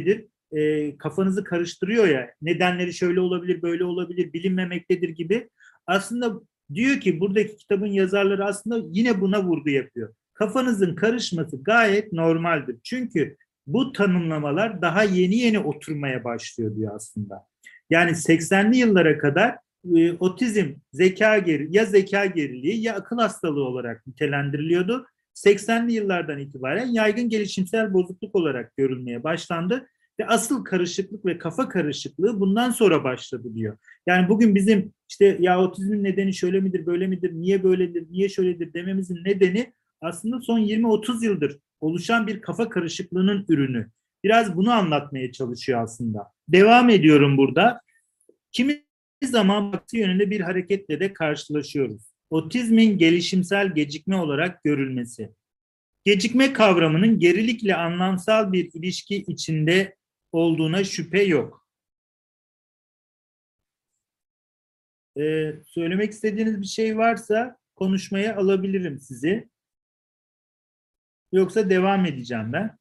e, kafanızı karıştırıyor ya, nedenleri şöyle olabilir, böyle olabilir, bilinmemektedir gibi. Aslında diyor ki buradaki kitabın yazarları aslında yine buna vurgu yapıyor. Kafanızın karışması gayet normaldir. Çünkü bu tanımlamalar daha yeni yeni oturmaya başlıyor diyor aslında. Yani seksenli yıllara kadar e, otizm zeka geri ya zeka geriliği ya akıl hastalığı olarak nitelendiriliyordu. seksenli yıllardan itibaren yaygın gelişimsel bozukluk olarak görülmeye başlandı ve asıl karışıklık ve kafa karışıklığı bundan sonra başladı diyor. Yani bugün bizim işte ya otizmin nedeni şöyle midir, böyle midir, niye böyledir, niye şöyledir dememizin nedeni aslında son yirmi otuz yıldır oluşan bir kafa karışıklığının ürünü. Biraz bunu anlatmaya çalışıyor aslında. Devam ediyorum burada. Kimi zaman aksi yönünde bir hareketle de karşılaşıyoruz. Otizmin gelişimsel gecikme olarak görülmesi. Gecikme kavramının gerilikle anlamsal bir ilişki içinde olduğuna şüphe yok. Ee, söylemek istediğiniz bir şey varsa konuşmaya alabilirim sizi. Yoksa devam edeceğim ben.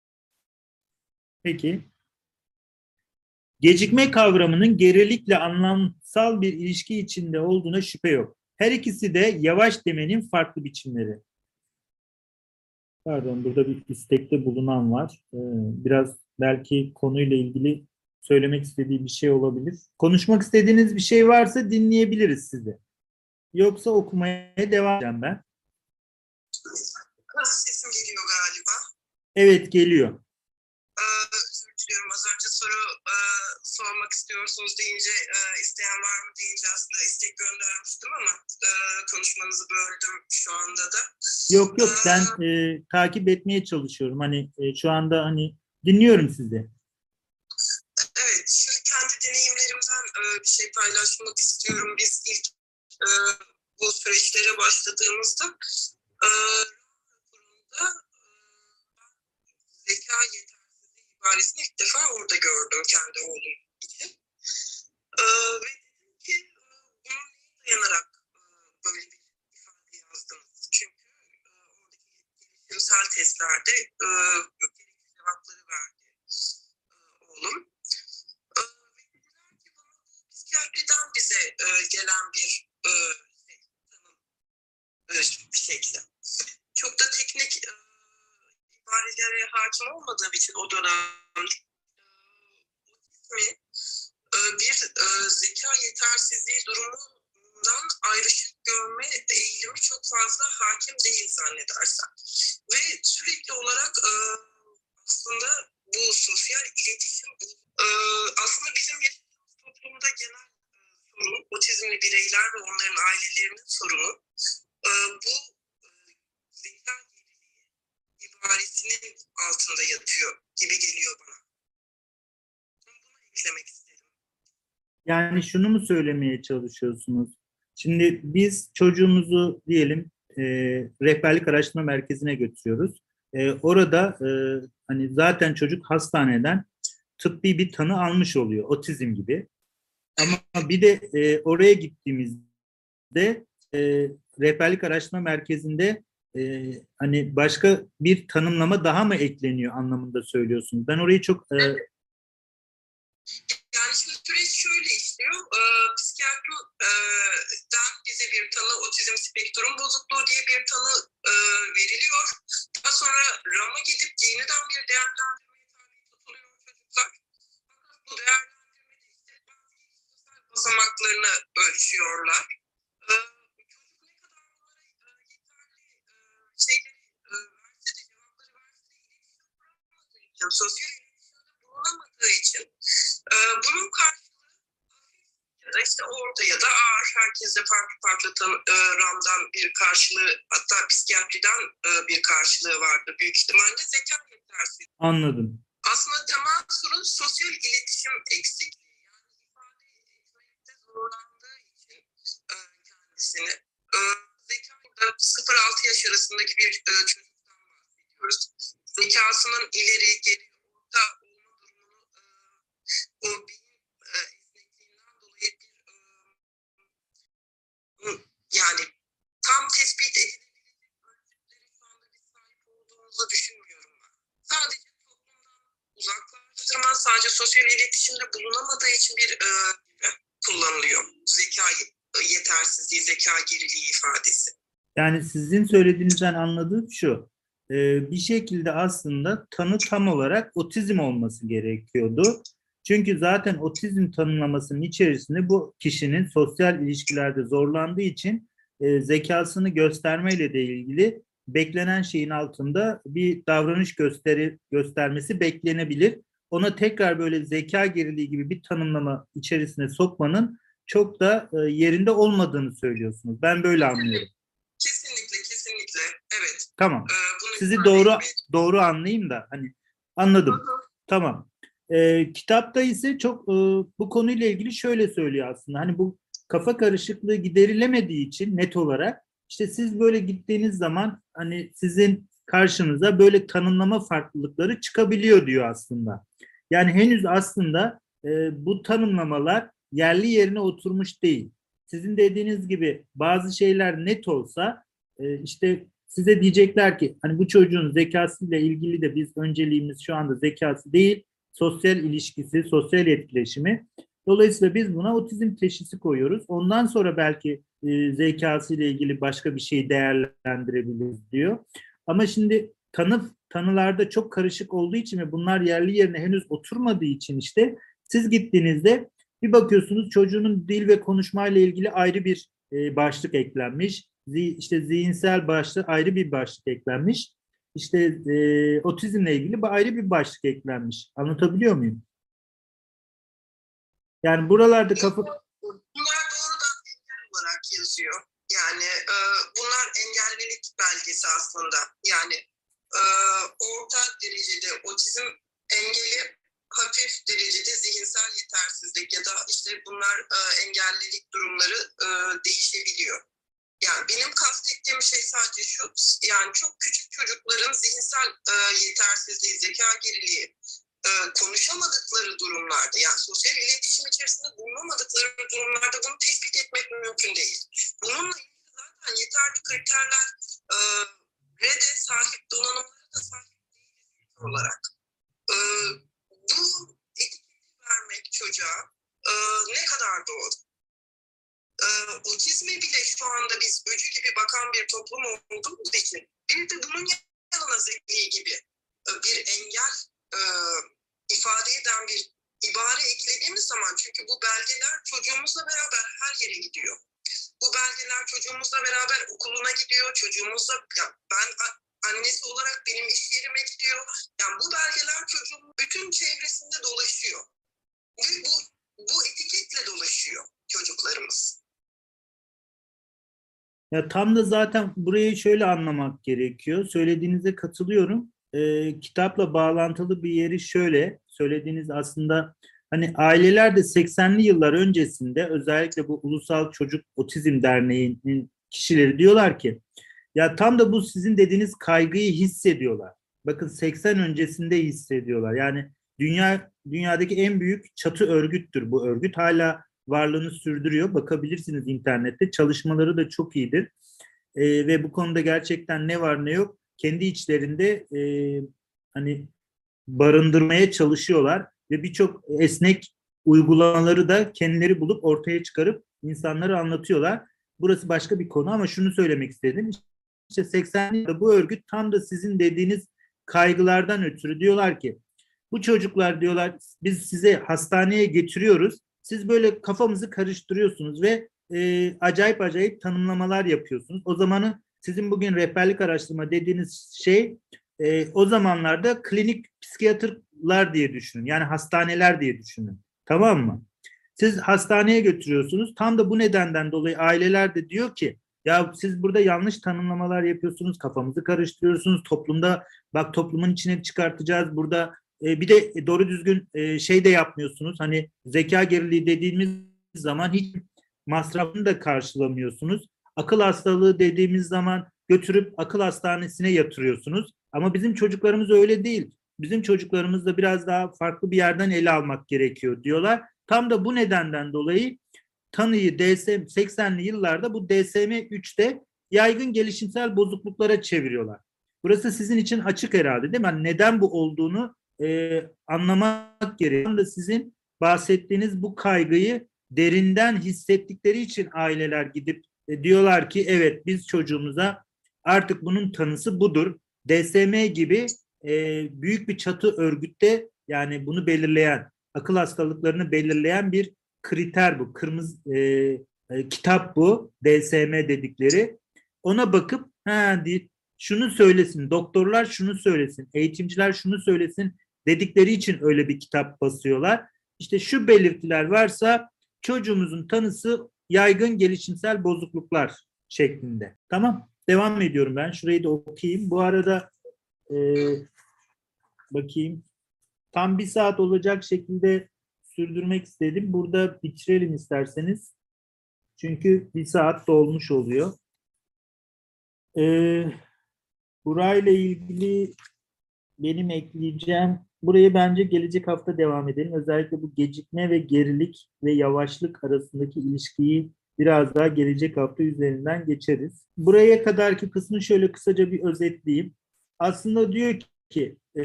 Peki. Gecikme kavramının gerilikle anlamsal bir ilişki içinde olduğuna şüphe yok. Her ikisi de yavaş demenin farklı biçimleri. Pardon, burada bir istekte bulunan var. Ee, biraz belki konuyla ilgili söylemek istediği bir şey olabilir. Konuşmak istediğiniz bir şey varsa dinleyebiliriz sizi. Yoksa okumaya devam edeceğim ben. Sesim geliyor galiba. Evet, geliyor. Ee, özür diliyorum. Az önce soru e, sormak istiyorsunuz deyince e, isteyen var mı deyince aslında istek göndermiştim ama e, konuşmanızı böldüm şu anda da. Yok yok, Ee, ben e, takip etmeye çalışıyorum. Hani e, şu anda hani dinliyorum sizi. Evet, şimdi kendi deneyimlerimden e, bir şey paylaşmak istiyorum. Biz ilk e, bu süreçlere başladığımızda e, kurumda e, zeka yetersizliği ibaresini ilk defa orada gördüm kendi oğlum için. E, ve dedim ki e, buna neye dayanarak e, böyle bir ifade yazdınız? Çünkü e, oradaki gelişimsel testlerde e, gerekli cevapları verdi e, oğlum. E, ve dediler ki bana bu psikiyatriden bize e, gelen bir e, şey, tanım e, bir şekli. Çok da teknik e, ibarelere hakim olmadığım için o dönem e, otizmi e, bir e, zeka yetersizliği durumundan ayrışık görme eğilimi çok fazla hakim değil zannedersem. Ve sürekli olarak e, aslında bu sosyal iletişim e, aslında bizim yaşadığımız toplumda genel e, sorun, otizmli bireyler ve onların ailelerinin sorunu e, bu e, zeka geriliği ibaresinin altında yatıyor gibi geliyor bana. Bunu eklemek istedim. Yani şunu mu söylemeye çalışıyorsunuz? Şimdi biz çocuğumuzu diyelim e, rehberlik araştırma merkezine götürüyoruz. E, orada e, hani zaten çocuk hastaneden tıbbi bir tanı almış oluyor, otizm gibi. Ama bir de e, oraya gittiğimizde e, rehberlik araştırma merkezinde e, hani başka bir tanımlama daha mı ekleniyor anlamında söylüyorsunuz? Ben orayı çok e, Yani şimdi süreç şöyle işliyor. Ee, psikiyatriden bize bir tanı, otizm spektrum bozukluğu diye bir tanı e, veriliyor. Daha sonra RAM'a gidip yeniden bir değerlendirmeye tabi tutuluyor çocuklar. Fakat bu değerlendirmede işte bazı basamaklarını ölçüyorlar. Ee, çocuk ne kadar onlara e, yeterli e, şeyleri e, verse de cevapları verse de iletişim kuramadığı için, sosyal iletişimde bulunamadığı için e, bunun karşılığı ya da işte orta ya da ağır, herkese farklı farklı tan- e, RAM'dan bir karşılığı, hatta psikiyatriden e, bir karşılığı vardı. Büyük ihtimalle zeka yetersizliği. anladım. Aslında temel sorun sosyal iletişim eksikliği. Yani ifade etmekte zorlandığı için e, kendisini. E, zeka da sıfır altı yaş arasındaki bir e, çocuktan bahsediyoruz. Zekasının ileri, geri, orta olma durumunu e, o beyin e, esnekliğinden dolayı bir e, yani tam tespit edilebilecek ölçütlere şu anda biz sahip olduğumuzu düşünmüyorum ben. Sadece toplumdan uzaklaştırma, sadece sosyal iletişimde bulunamadığı için bir e, kullanılıyor. Zeka yetersizliği, zeka geriliği ifadesi. Yani sizin söylediğinizden anladığım şu, e, bir şekilde aslında tanı tam olarak otizm olması gerekiyordu. Çünkü zaten otizm tanımlamasının içerisinde bu kişinin sosyal ilişkilerde zorlandığı için e, zekasını göstermeyle de ilgili beklenen şeyin altında bir davranış gösteri, göstermesi beklenebilir. Ona tekrar böyle zeka geriliği gibi bir tanımlama içerisine sokmanın çok da e, yerinde olmadığını söylüyorsunuz. Ben böyle anlıyorum. Kesinlikle, kesinlikle. Evet. Tamam. Ee, bunu Sizi ifade doğru etmeye- doğru anlayayım da hani anladım. Hı hı. Tamam. Ee, kitapta ise çok e, bu konuyla ilgili şöyle söylüyor aslında. Hani bu kafa karışıklığı giderilemediği için net olarak işte siz böyle gittiğiniz zaman hani sizin karşınıza böyle tanımlama farklılıkları çıkabiliyor diyor aslında. Yani henüz aslında e, bu tanımlamalar yerli yerine oturmuş değil. Sizin dediğiniz gibi bazı şeyler net olsa e, işte size diyecekler ki hani bu çocuğun zekasıyla ilgili de biz önceliğimiz şu anda zekası değil, sosyal ilişkisi, sosyal etkileşimi. Dolayısıyla biz buna otizm teşhisi koyuyoruz. Ondan sonra belki e, zekası ile ilgili başka bir şeyi değerlendirebiliriz diyor. Ama şimdi tanı tanılarda çok karışık olduğu için ve bunlar yerli yerine henüz oturmadığı için işte siz gittiğinizde bir bakıyorsunuz çocuğunun dil ve konuşmayla ilgili ayrı bir e, başlık eklenmiş. Zi, işte zihinsel başlık ayrı bir başlık eklenmiş. İşte e, otizmle ilgili bir ayrı bir başlık eklenmiş. Anlatabiliyor muyum? Yani buralarda kafa... Bunlar doğrudan engel olarak yazıyor. Yani e, bunlar engellilik belgesi aslında. Yani e, orta derecede otizm engeli, hafif derecede zihinsel yetersizlik ya da işte bunlar e, engellilik durumları e, değişebiliyor. Yani benim kastettiğim şey sadece şu, yani çok küçük çocukların zihinsel e, yetersizliği, zeka geriliği, e, konuşamadıkları durumlarda, yani sosyal iletişim içerisinde bulunamadıkları durumlarda bunu tespit etmek mümkün değil. Bununla ilgili zaten yeterli kriterler e, re de sahip, donanımlara da sahip değiliz olarak. E, bu etiketi vermek çocuğa e, ne kadar doğru? Ee, otizme bile şu anda biz öcü gibi bakan bir toplum olduğumuz için bir de bunun yanına zeki gibi e, bir engel e, ifade eden bir ibare eklediğimiz zaman, çünkü bu belgeler çocuğumuzla beraber her yere gidiyor. Bu belgeler çocuğumuzla beraber okuluna gidiyor, çocuğumuzla, ya ben annesi olarak benim iş yerime gidiyor. Yani bu belgeler çocuğun bütün çevresinde dolaşıyor. Ve bu, bu etiketle dolaşıyor çocuklarımız. Ya tam da zaten burayı şöyle anlamak gerekiyor. Söylediğinize katılıyorum. Ee, kitapla bağlantılı bir yeri şöyle. Söylediğiniz aslında hani aileler de seksenli yıllar öncesinde özellikle bu Ulusal Çocuk Otizm Derneği'nin kişileri diyorlar ki ya tam da bu sizin dediğiniz kaygıyı hissediyorlar. Bakın seksen öncesinde hissediyorlar. Yani dünya dünyadaki en büyük çatı örgüttür bu örgüt. Hala varlığını sürdürüyor. Bakabilirsiniz internette. Çalışmaları da çok iyidir. E, ve bu konuda gerçekten ne var ne yok kendi içlerinde e, hani barındırmaya çalışıyorlar ve birçok esnek uygulamaları da kendileri bulup ortaya çıkarıp insanlara anlatıyorlar. Burası başka bir konu ama şunu söylemek istedim. İşte seksenli yılda bu örgüt tam da sizin dediğiniz kaygılardan ötürü diyorlar ki bu çocuklar diyorlar biz size hastaneye getiriyoruz. Siz böyle kafamızı karıştırıyorsunuz ve e, acayip acayip tanımlamalar yapıyorsunuz. O zamanı sizin bugün rehberlik araştırma dediğiniz şey e, o zamanlarda klinik psikiyatrlar diye düşünün. Yani hastaneler diye düşünün. Tamam mı? Siz hastaneye götürüyorsunuz. Tam da bu nedenden dolayı aileler de diyor ki ya siz burada yanlış tanımlamalar yapıyorsunuz, kafamızı karıştırıyorsunuz. Toplumda bak toplumun içine çıkartacağız. Burada e, bir de doğru düzgün e, şey de yapmıyorsunuz. Hani zeka geriliği dediğimiz zaman hiç masrafını da karşılamıyorsunuz. Akıl hastalığı dediğimiz zaman götürüp akıl hastanesine yatırıyorsunuz. Ama bizim çocuklarımız öyle değil. Bizim çocuklarımız da biraz daha farklı bir yerden ele almak gerekiyor diyorlar. Tam da bu nedenden dolayı tanıyı D S M seksenli yıllarda bu D S M üçte yaygın gelişimsel bozukluklara çeviriyorlar. Burası sizin için açık herhalde değil mi? Yani neden bu olduğunu e, anlamak gerekiyor. Tam da sizin bahsettiğiniz bu kaygıyı derinden hissettikleri için aileler gidip e, diyorlar ki evet biz çocuğumuza artık bunun tanısı budur. D S M gibi e, büyük bir çatı örgütte yani bunu belirleyen, akıl hastalıklarını belirleyen bir kriter bu. Kırmızı e, e, kitap bu. D S M dedikleri. Ona bakıp ha diye şunu söylesin, doktorlar şunu söylesin, eğitimciler şunu söylesin dedikleri için öyle bir kitap basıyorlar. İşte şu belirtiler varsa çocuğumuzun tanısı yaygın gelişimsel bozukluklar şeklinde. Tamam, devam ediyorum ben. Şurayı da okuyayım. Bu arada e, bakayım. Tam bir saat olacak şekilde sürdürmek istedim. Burada bitirelim isterseniz. Çünkü bir saat dolmuş oluyor. Ee, burayla ilgili benim ekleyeceğim, burayı bence gelecek hafta devam edelim. Özellikle bu gecikme ve gerilik ve yavaşlık arasındaki ilişkiyi biraz daha gelecek hafta üzerinden geçeriz. Buraya kadarki kısmı şöyle kısaca bir özetleyeyim. Aslında diyor ki e,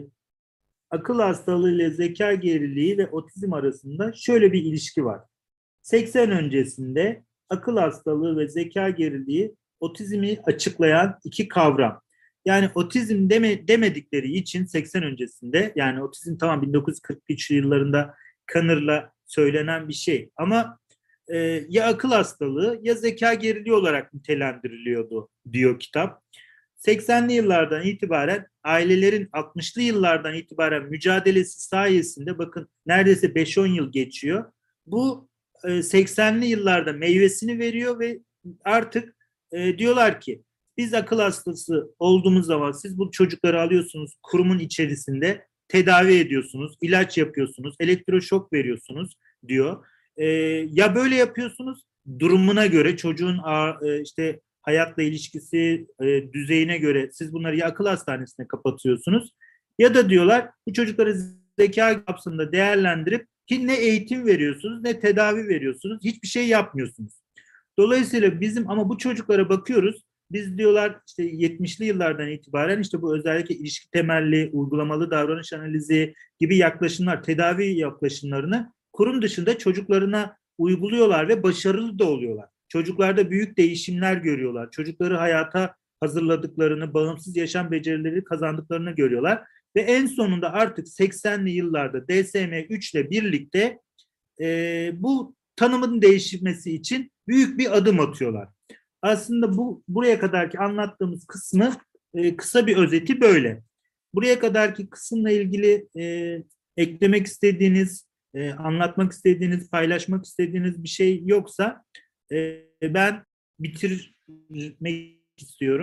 akıl hastalığı ile zeka geriliği ve otizm arasında şöyle bir ilişki var. seksen öncesinde akıl hastalığı ve zeka geriliği otizmi açıklayan iki kavram. Yani otizm deme, demedikleri için seksen öncesinde, yani otizm tamam bin dokuz yüz kırk üç yıllarında Kanner'la söylenen bir şey ama e, ya akıl hastalığı ya zeka geriliği olarak nitelendiriliyordu diyor kitap. seksenli yıllardan itibaren ailelerin altmışlı yıllardan itibaren mücadelesi sayesinde bakın neredeyse beş on yıl geçiyor. Bu seksenli yıllarda meyvesini veriyor ve artık e, diyorlar ki biz akıl hastası olduğumuz zaman siz bu çocukları alıyorsunuz kurumun içerisinde tedavi ediyorsunuz, ilaç yapıyorsunuz, elektroşok veriyorsunuz diyor. E, ya böyle yapıyorsunuz durumuna göre çocuğun e, işte hayatla ilişkisi e, düzeyine göre siz bunları ya akıl hastanesine kapatıyorsunuz ya da diyorlar bu çocukları zeka kapsamında değerlendirip ki ne eğitim veriyorsunuz ne tedavi veriyorsunuz. Hiçbir şey yapmıyorsunuz. Dolayısıyla bizim ama bu çocuklara bakıyoruz. Biz diyorlar işte yetmişli yıllardan itibaren işte bu özellikle ilişki temelli, uygulamalı davranış analizi gibi yaklaşımlar, tedavi yaklaşımlarını kurum dışında çocuklarına uyguluyorlar ve başarılı da oluyorlar. Çocuklarda büyük değişimler görüyorlar. Çocukları hayata hazırladıklarını, bağımsız yaşam becerileri kazandıklarını görüyorlar. Ve en sonunda artık seksenli yıllarda D S M üç ile birlikte e, bu tanımın değişmesi için büyük bir adım atıyorlar. Aslında bu buraya kadarki anlattığımız kısmı e, kısa bir özeti böyle. Buraya kadarki kısımla ilgili e, eklemek istediğiniz, e, anlatmak istediğiniz, paylaşmak istediğiniz bir şey yoksa e, ben bitirmek istiyorum.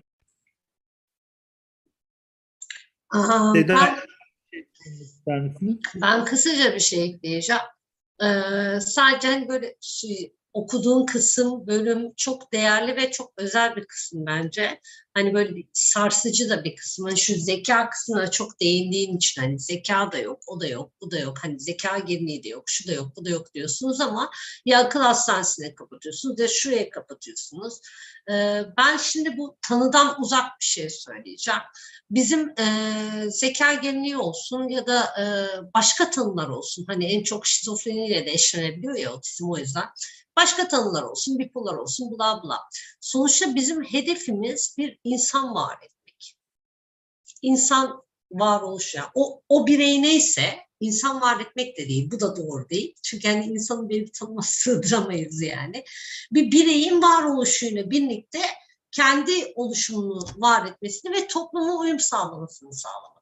Aha, Seda, ben, ben kısaca bir şey ekleyeceğim. Ee, sadece hani böyle şey, okuduğun kısım, bölüm çok değerli ve çok özel bir kısım bence. Hani böyle bir sarsıcı da bir kısım. Hani şu zeka kısmına çok değindiğin için hani zeka da yok, o da yok, bu da yok. Hani zeka geriliği de yok, şu da yok, bu da yok diyorsunuz ama ya akıl hastanesine kapatıyorsunuz ya şuraya kapatıyorsunuz. Ee, ben şimdi bu tanıdan uzak bir şey söyleyeceğim. Bizim e, zeka geriliği olsun ya da e, başka tanılar olsun. Hani en çok şizofreniyle de eşlenebiliyor ya otizm o yüzden. Başka tanılar olsun, bipolar olsun, bla bla. Sonuçta bizim hedefimiz bir insan var etmek. İnsan varoluşu. Yani o, o birey neyse insan var etmek de değil. Bu da doğru değil. Çünkü yani insanın bir tanıma sığdıramayız yani. Bir bireyin varoluşuyla birlikte kendi oluşumunu var etmesini ve topluma uyum sağlamasını sağlamak.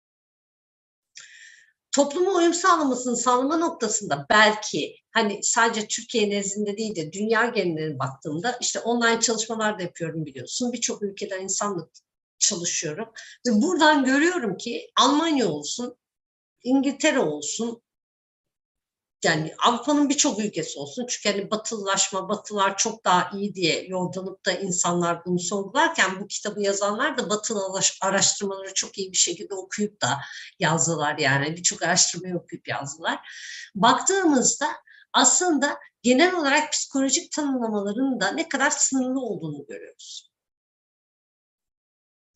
Topluma uyum sağlamasını sağlama noktasında belki hani sadece Türkiye nezdinde değil de dünya geneline baktığımda işte online çalışmalar da yapıyorum biliyorsun. Birçok ülkeden insanla çalışıyorum ve buradan görüyorum ki Almanya olsun, İngiltere olsun, yani Avrupa'nın birçok ülkesi olsun çünkü hani batılılaşma, batılar çok daha iyi diye yordanıp da insanlar bunu sorgularken bu kitabı yazanlar da batılı araştırmaları çok iyi bir şekilde okuyup da yazdılar yani birçok araştırmayı okuyup yazdılar. Baktığımızda aslında genel olarak psikolojik tanımlamaların da ne kadar sınırlı olduğunu görüyoruz.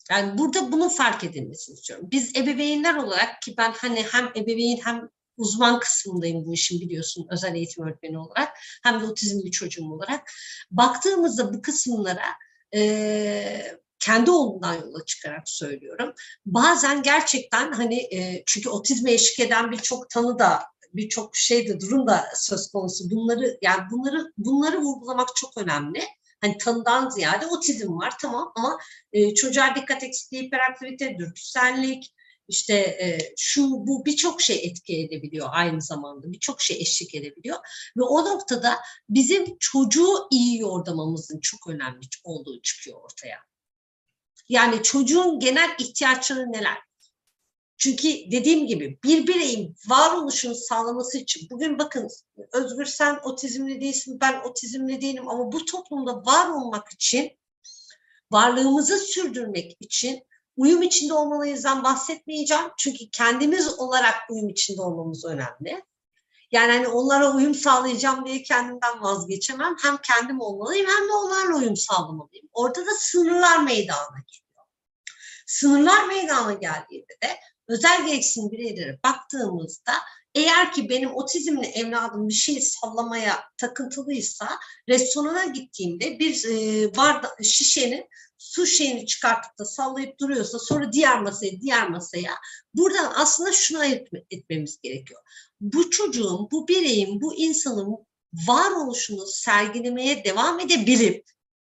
Yani burada bunun fark edilmesini istiyorum. Biz ebeveynler olarak, ki ben hani hem ebeveyn hem uzman kısmındayım bu işin, biliyorsun, özel eğitim öğretmeni olarak, hem de otizmli çocuğum olarak baktığımızda bu kısımlara e, kendi oğlumdan yola çıkarak söylüyorum. Bazen gerçekten hani e, çünkü otizme eşlik eden birçok tanı da, birçok şeyde durum da söz konusu. Bunları yani bunları bunları vurgulamak çok önemli. Hani tanıdan ziyade otizm var, tamam, ama e, çocuğa dikkat eksikliği, hiperaktivite, dürtüsellik, işte e, şu bu birçok şey etki edebiliyor aynı zamanda. Birçok şey eşlik edebiliyor. Ve o noktada bizim çocuğu iyi yordamamızın çok önemli olduğu çıkıyor ortaya. Yani çocuğun genel ihtiyaçları neler? Çünkü dediğim gibi bir bireyin varoluşunu sağlaması için, bugün bakın Özgür, sen otizmli değilsin, ben otizmli değilim, ama bu toplumda var olmak için, varlığımızı sürdürmek için uyum içinde olmalıyızdan bahsetmeyeceğim. Çünkü kendimiz olarak uyum içinde olmamız önemli. Yani hani onlara uyum sağlayacağım diye kendimden vazgeçemem. Hem kendim olmalıyım hem de onlarla uyum sağlamalıyım. Orada da sınırlar meydana geliyor. Sınırlar meydana geldiğinde de özel gereksinim bireylere baktığımızda, eğer ki benim otizmli evladım bir şey sallamaya takıntılıysa, restorana gittiğimde bir e, barda, şişenin su şeyini çıkartıp da sallayıp duruyorsa, sonra diğer masaya diğer masaya, buradan aslında şunu ayırt etmemiz gerekiyor. Bu çocuğun, bu bireyin, bu insanın varoluşunu sergilemeye devam edebilip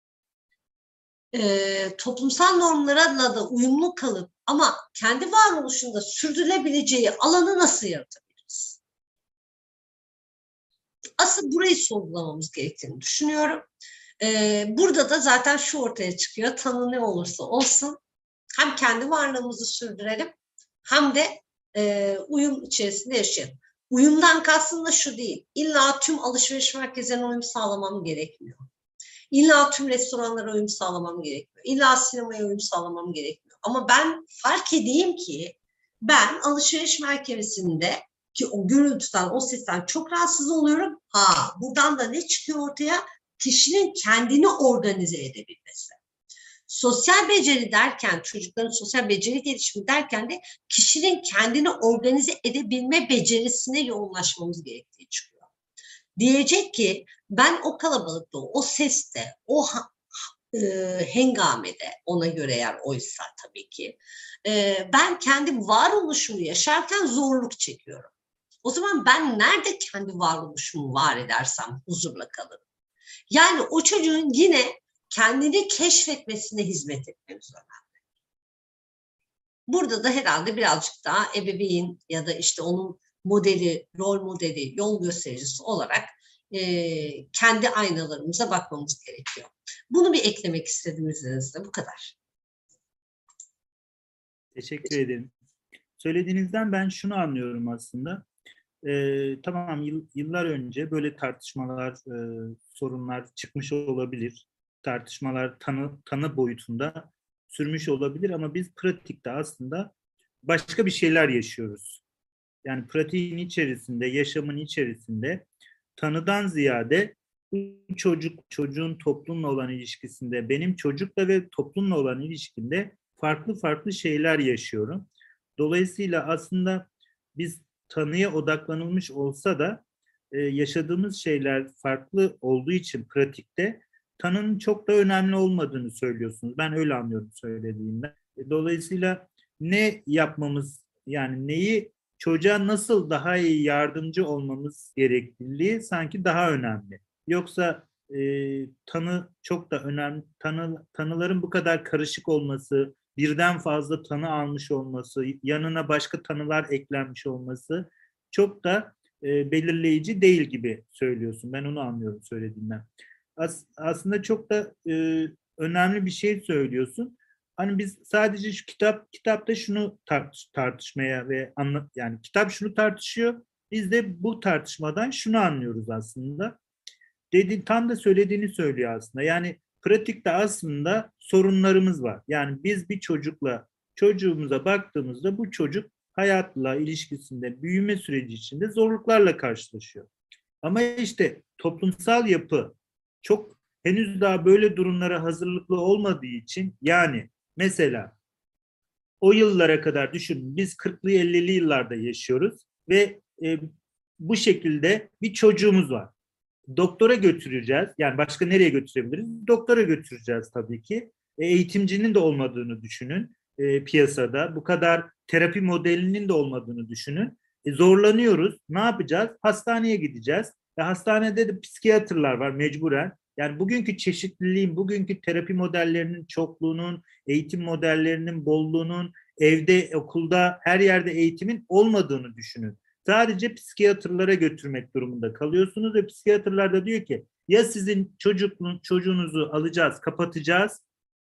e, toplumsal normlarla da uyumlu kalıp ama kendi varoluşunda sürdürülebileceği alanı nasıl yaratabiliriz? Asıl burayı sorgulamamız gerektiğini düşünüyorum. Ee, burada da zaten şu ortaya çıkıyor: tanı ne olursa olsun hem kendi varlığımızı sürdürelim hem de e, uyum içerisinde yaşayalım. Uyumdan kastım da şu değil: İlla tüm alışveriş merkezlerine uyum sağlamam gerekmiyor. İlla tüm restoranlara uyum sağlamam gerekmiyor. İlla sinemaya uyum sağlamam gerekmiyor. Ama ben fark edeyim ki ben alışveriş merkezinde ki o gürültüden, o sesten çok rahatsız oluyorum. Ha, buradan da ne çıkıyor ortaya? Kişinin kendini organize edebilmesi. Sosyal beceri derken, çocukların sosyal beceri gelişimi derken de kişinin kendini organize edebilme becerisine yoğunlaşmamız gerektiği çıkıyor. Diyecek ki ben o kalabalıkta, o seste, o e, hengamede, ona göre eğer oysa tabii ki, e, ben kendi varoluşumu yaşarken zorluk çekiyorum. O zaman ben nerede kendi varoluşumu var edersem huzurla kalırım. Yani o çocuğun yine kendini keşfetmesine hizmet etmemiz önemli. Burada da herhalde birazcık daha ebeveyn ya da işte onun modeli, rol modeli, yol göstericisi olarak e, kendi aynalarımıza bakmamız gerekiyor. Bunu bir eklemek istedim izninizle. Bu kadar. Teşekkür ederim. Söylediğinizden ben şunu anlıyorum aslında. Ee, tamam, yıl, yıllar önce böyle tartışmalar, e, sorunlar çıkmış olabilir. Tartışmalar tanı, tanı boyutunda sürmüş olabilir ama biz pratikte aslında başka bir şeyler yaşıyoruz. Yani pratiğin içerisinde, yaşamın içerisinde tanıdan ziyade bu çocuk, çocuğun toplumla olan ilişkisinde, benim çocukla ve toplumla olan ilişkimde farklı farklı şeyler yaşıyorum. Dolayısıyla aslında biz tanıya odaklanılmış olsa da e, yaşadığımız şeyler farklı olduğu için pratikte tanının çok da önemli olmadığını söylüyorsunuz. Ben öyle anlıyorum söylediğimden. E, dolayısıyla ne yapmamız, yani neyi, çocuğa nasıl daha iyi yardımcı olmamız gerekliliği sanki daha önemli. Yoksa e, tanı çok da önemli. Tanı, tanıların bu kadar karışık olması, birden fazla tanı almış olması, yanına başka tanılar eklenmiş olması çok da e, belirleyici değil gibi söylüyorsun. Ben onu anlıyorum söylediğinden. As, aslında çok da e, önemli bir şey söylüyorsun. Hani biz sadece şu kitap kitapta şunu tartış, tartışmaya ve anla, yani kitap şunu tartışıyor. Biz de bu tartışmadan şunu anlıyoruz aslında. Dedi, tam da söylediğini söylüyor aslında. Yani pratikte aslında sorunlarımız var. Yani biz bir çocukla, çocuğumuza baktığımızda bu çocuk hayatla ilişkisinde, büyüme süreci içinde zorluklarla karşılaşıyor. Ama işte toplumsal yapı çok henüz daha böyle durumlara hazırlıklı olmadığı için, yani mesela o yıllara kadar düşünün. Biz kırklı ellili yıllarda yaşıyoruz ve e, bu şekilde bir çocuğumuz var. Doktora götüreceğiz. Yani başka nereye götürebiliriz? Doktora götüreceğiz tabii ki. E, eğitimcinin de olmadığını düşünün e, piyasada. Bu kadar terapi modelinin de olmadığını düşünün. E, zorlanıyoruz. Ne yapacağız? Hastaneye gideceğiz. E, hastanede de psikiyatrlar var mecburen. Yani bugünkü çeşitliliğin, bugünkü terapi modellerinin çokluğunun, eğitim modellerinin bolluğunun, evde, okulda, her yerde eğitimin olmadığını düşünün. Sadece psikiyatrlara götürmek durumunda kalıyorsunuz ve psikiyatrlar da diyor ki ya sizin çocukluğun, çocuğunuzu alacağız, kapatacağız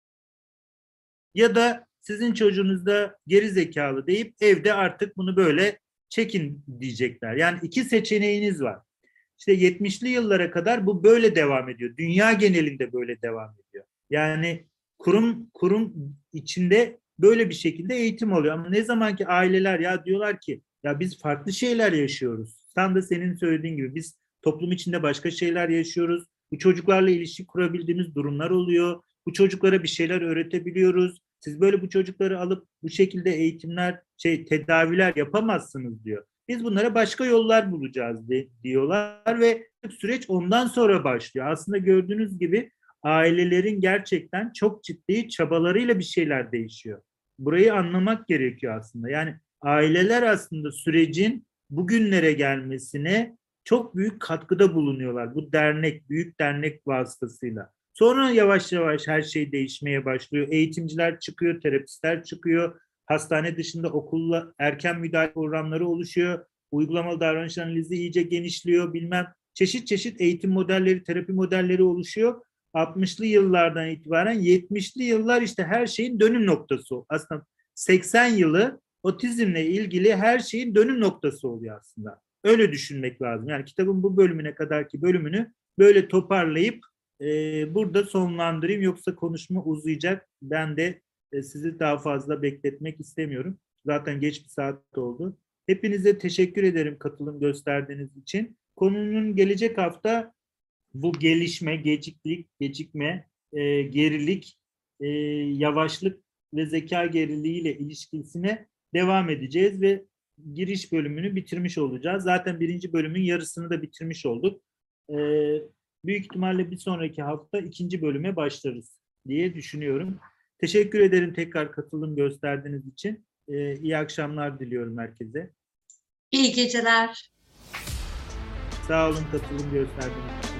ya da sizin çocuğunuz da geri zekalı deyip evde artık bunu böyle çekin diyecekler. Yani iki seçeneğiniz var. İşte yetmişli yıllara kadar bu böyle devam ediyor. Dünya genelinde böyle devam ediyor. Yani kurum kurum içinde böyle bir şekilde eğitim oluyor. Ama ne zaman ki aileler ya diyorlar ki ya biz farklı şeyler yaşıyoruz. Tam da senin söylediğin gibi biz toplum içinde başka şeyler yaşıyoruz. Bu çocuklarla ilişki kurabildiğimiz durumlar oluyor. Bu çocuklara bir şeyler öğretebiliyoruz. Siz böyle bu çocukları alıp bu şekilde eğitimler, şey tedaviler yapamazsınız diyor. Biz bunlara başka yollar bulacağız de, diyorlar ve süreç ondan sonra başlıyor. Aslında gördüğünüz gibi ailelerin gerçekten çok ciddi çabalarıyla bir şeyler değişiyor. Burayı anlamak gerekiyor aslında. Yani aileler aslında sürecin bugünlere gelmesine çok büyük katkıda bulunuyorlar. Bu dernek, büyük dernek vasıtasıyla. Sonra yavaş yavaş her şey değişmeye başlıyor. Eğitimciler çıkıyor, terapistler çıkıyor. Hastane dışında okulla erken müdahale programları oluşuyor. Uygulamalı davranış analizi iyice genişliyor. Bilmem çeşit çeşit eğitim modelleri, terapi modelleri oluşuyor. altmışlı yıllardan itibaren yetmişli yıllar işte her şeyin dönüm noktası. Aslında seksen yılı otizmle ilgili her şeyin dönüm noktası oluyor aslında. Öyle düşünmek lazım. Yani kitabın bu bölümüne kadarki bölümünü böyle toparlayıp e, burada sonlandırayım. Yoksa konuşma uzayacak. Ben de e, sizi daha fazla bekletmek istemiyorum. Zaten geç bir saat oldu. Hepinize teşekkür ederim katılım gösterdiğiniz için. Konunun gelecek hafta bu gelişme, geciklik, gecikme, e, gerilik, e, yavaşlık ve zeka geriliğiyle ilişkisine devam edeceğiz ve giriş bölümünü bitirmiş olacağız. Zaten birinci bölümün yarısını da bitirmiş olduk. E, büyük ihtimalle bir sonraki hafta ikinci bölüme başlarız diye düşünüyorum. Teşekkür ederim tekrar katılım gösterdiğiniz için. E, iyi akşamlar diliyorum herkese. İyi geceler. Sağ olun katılım gösterdiğiniz için.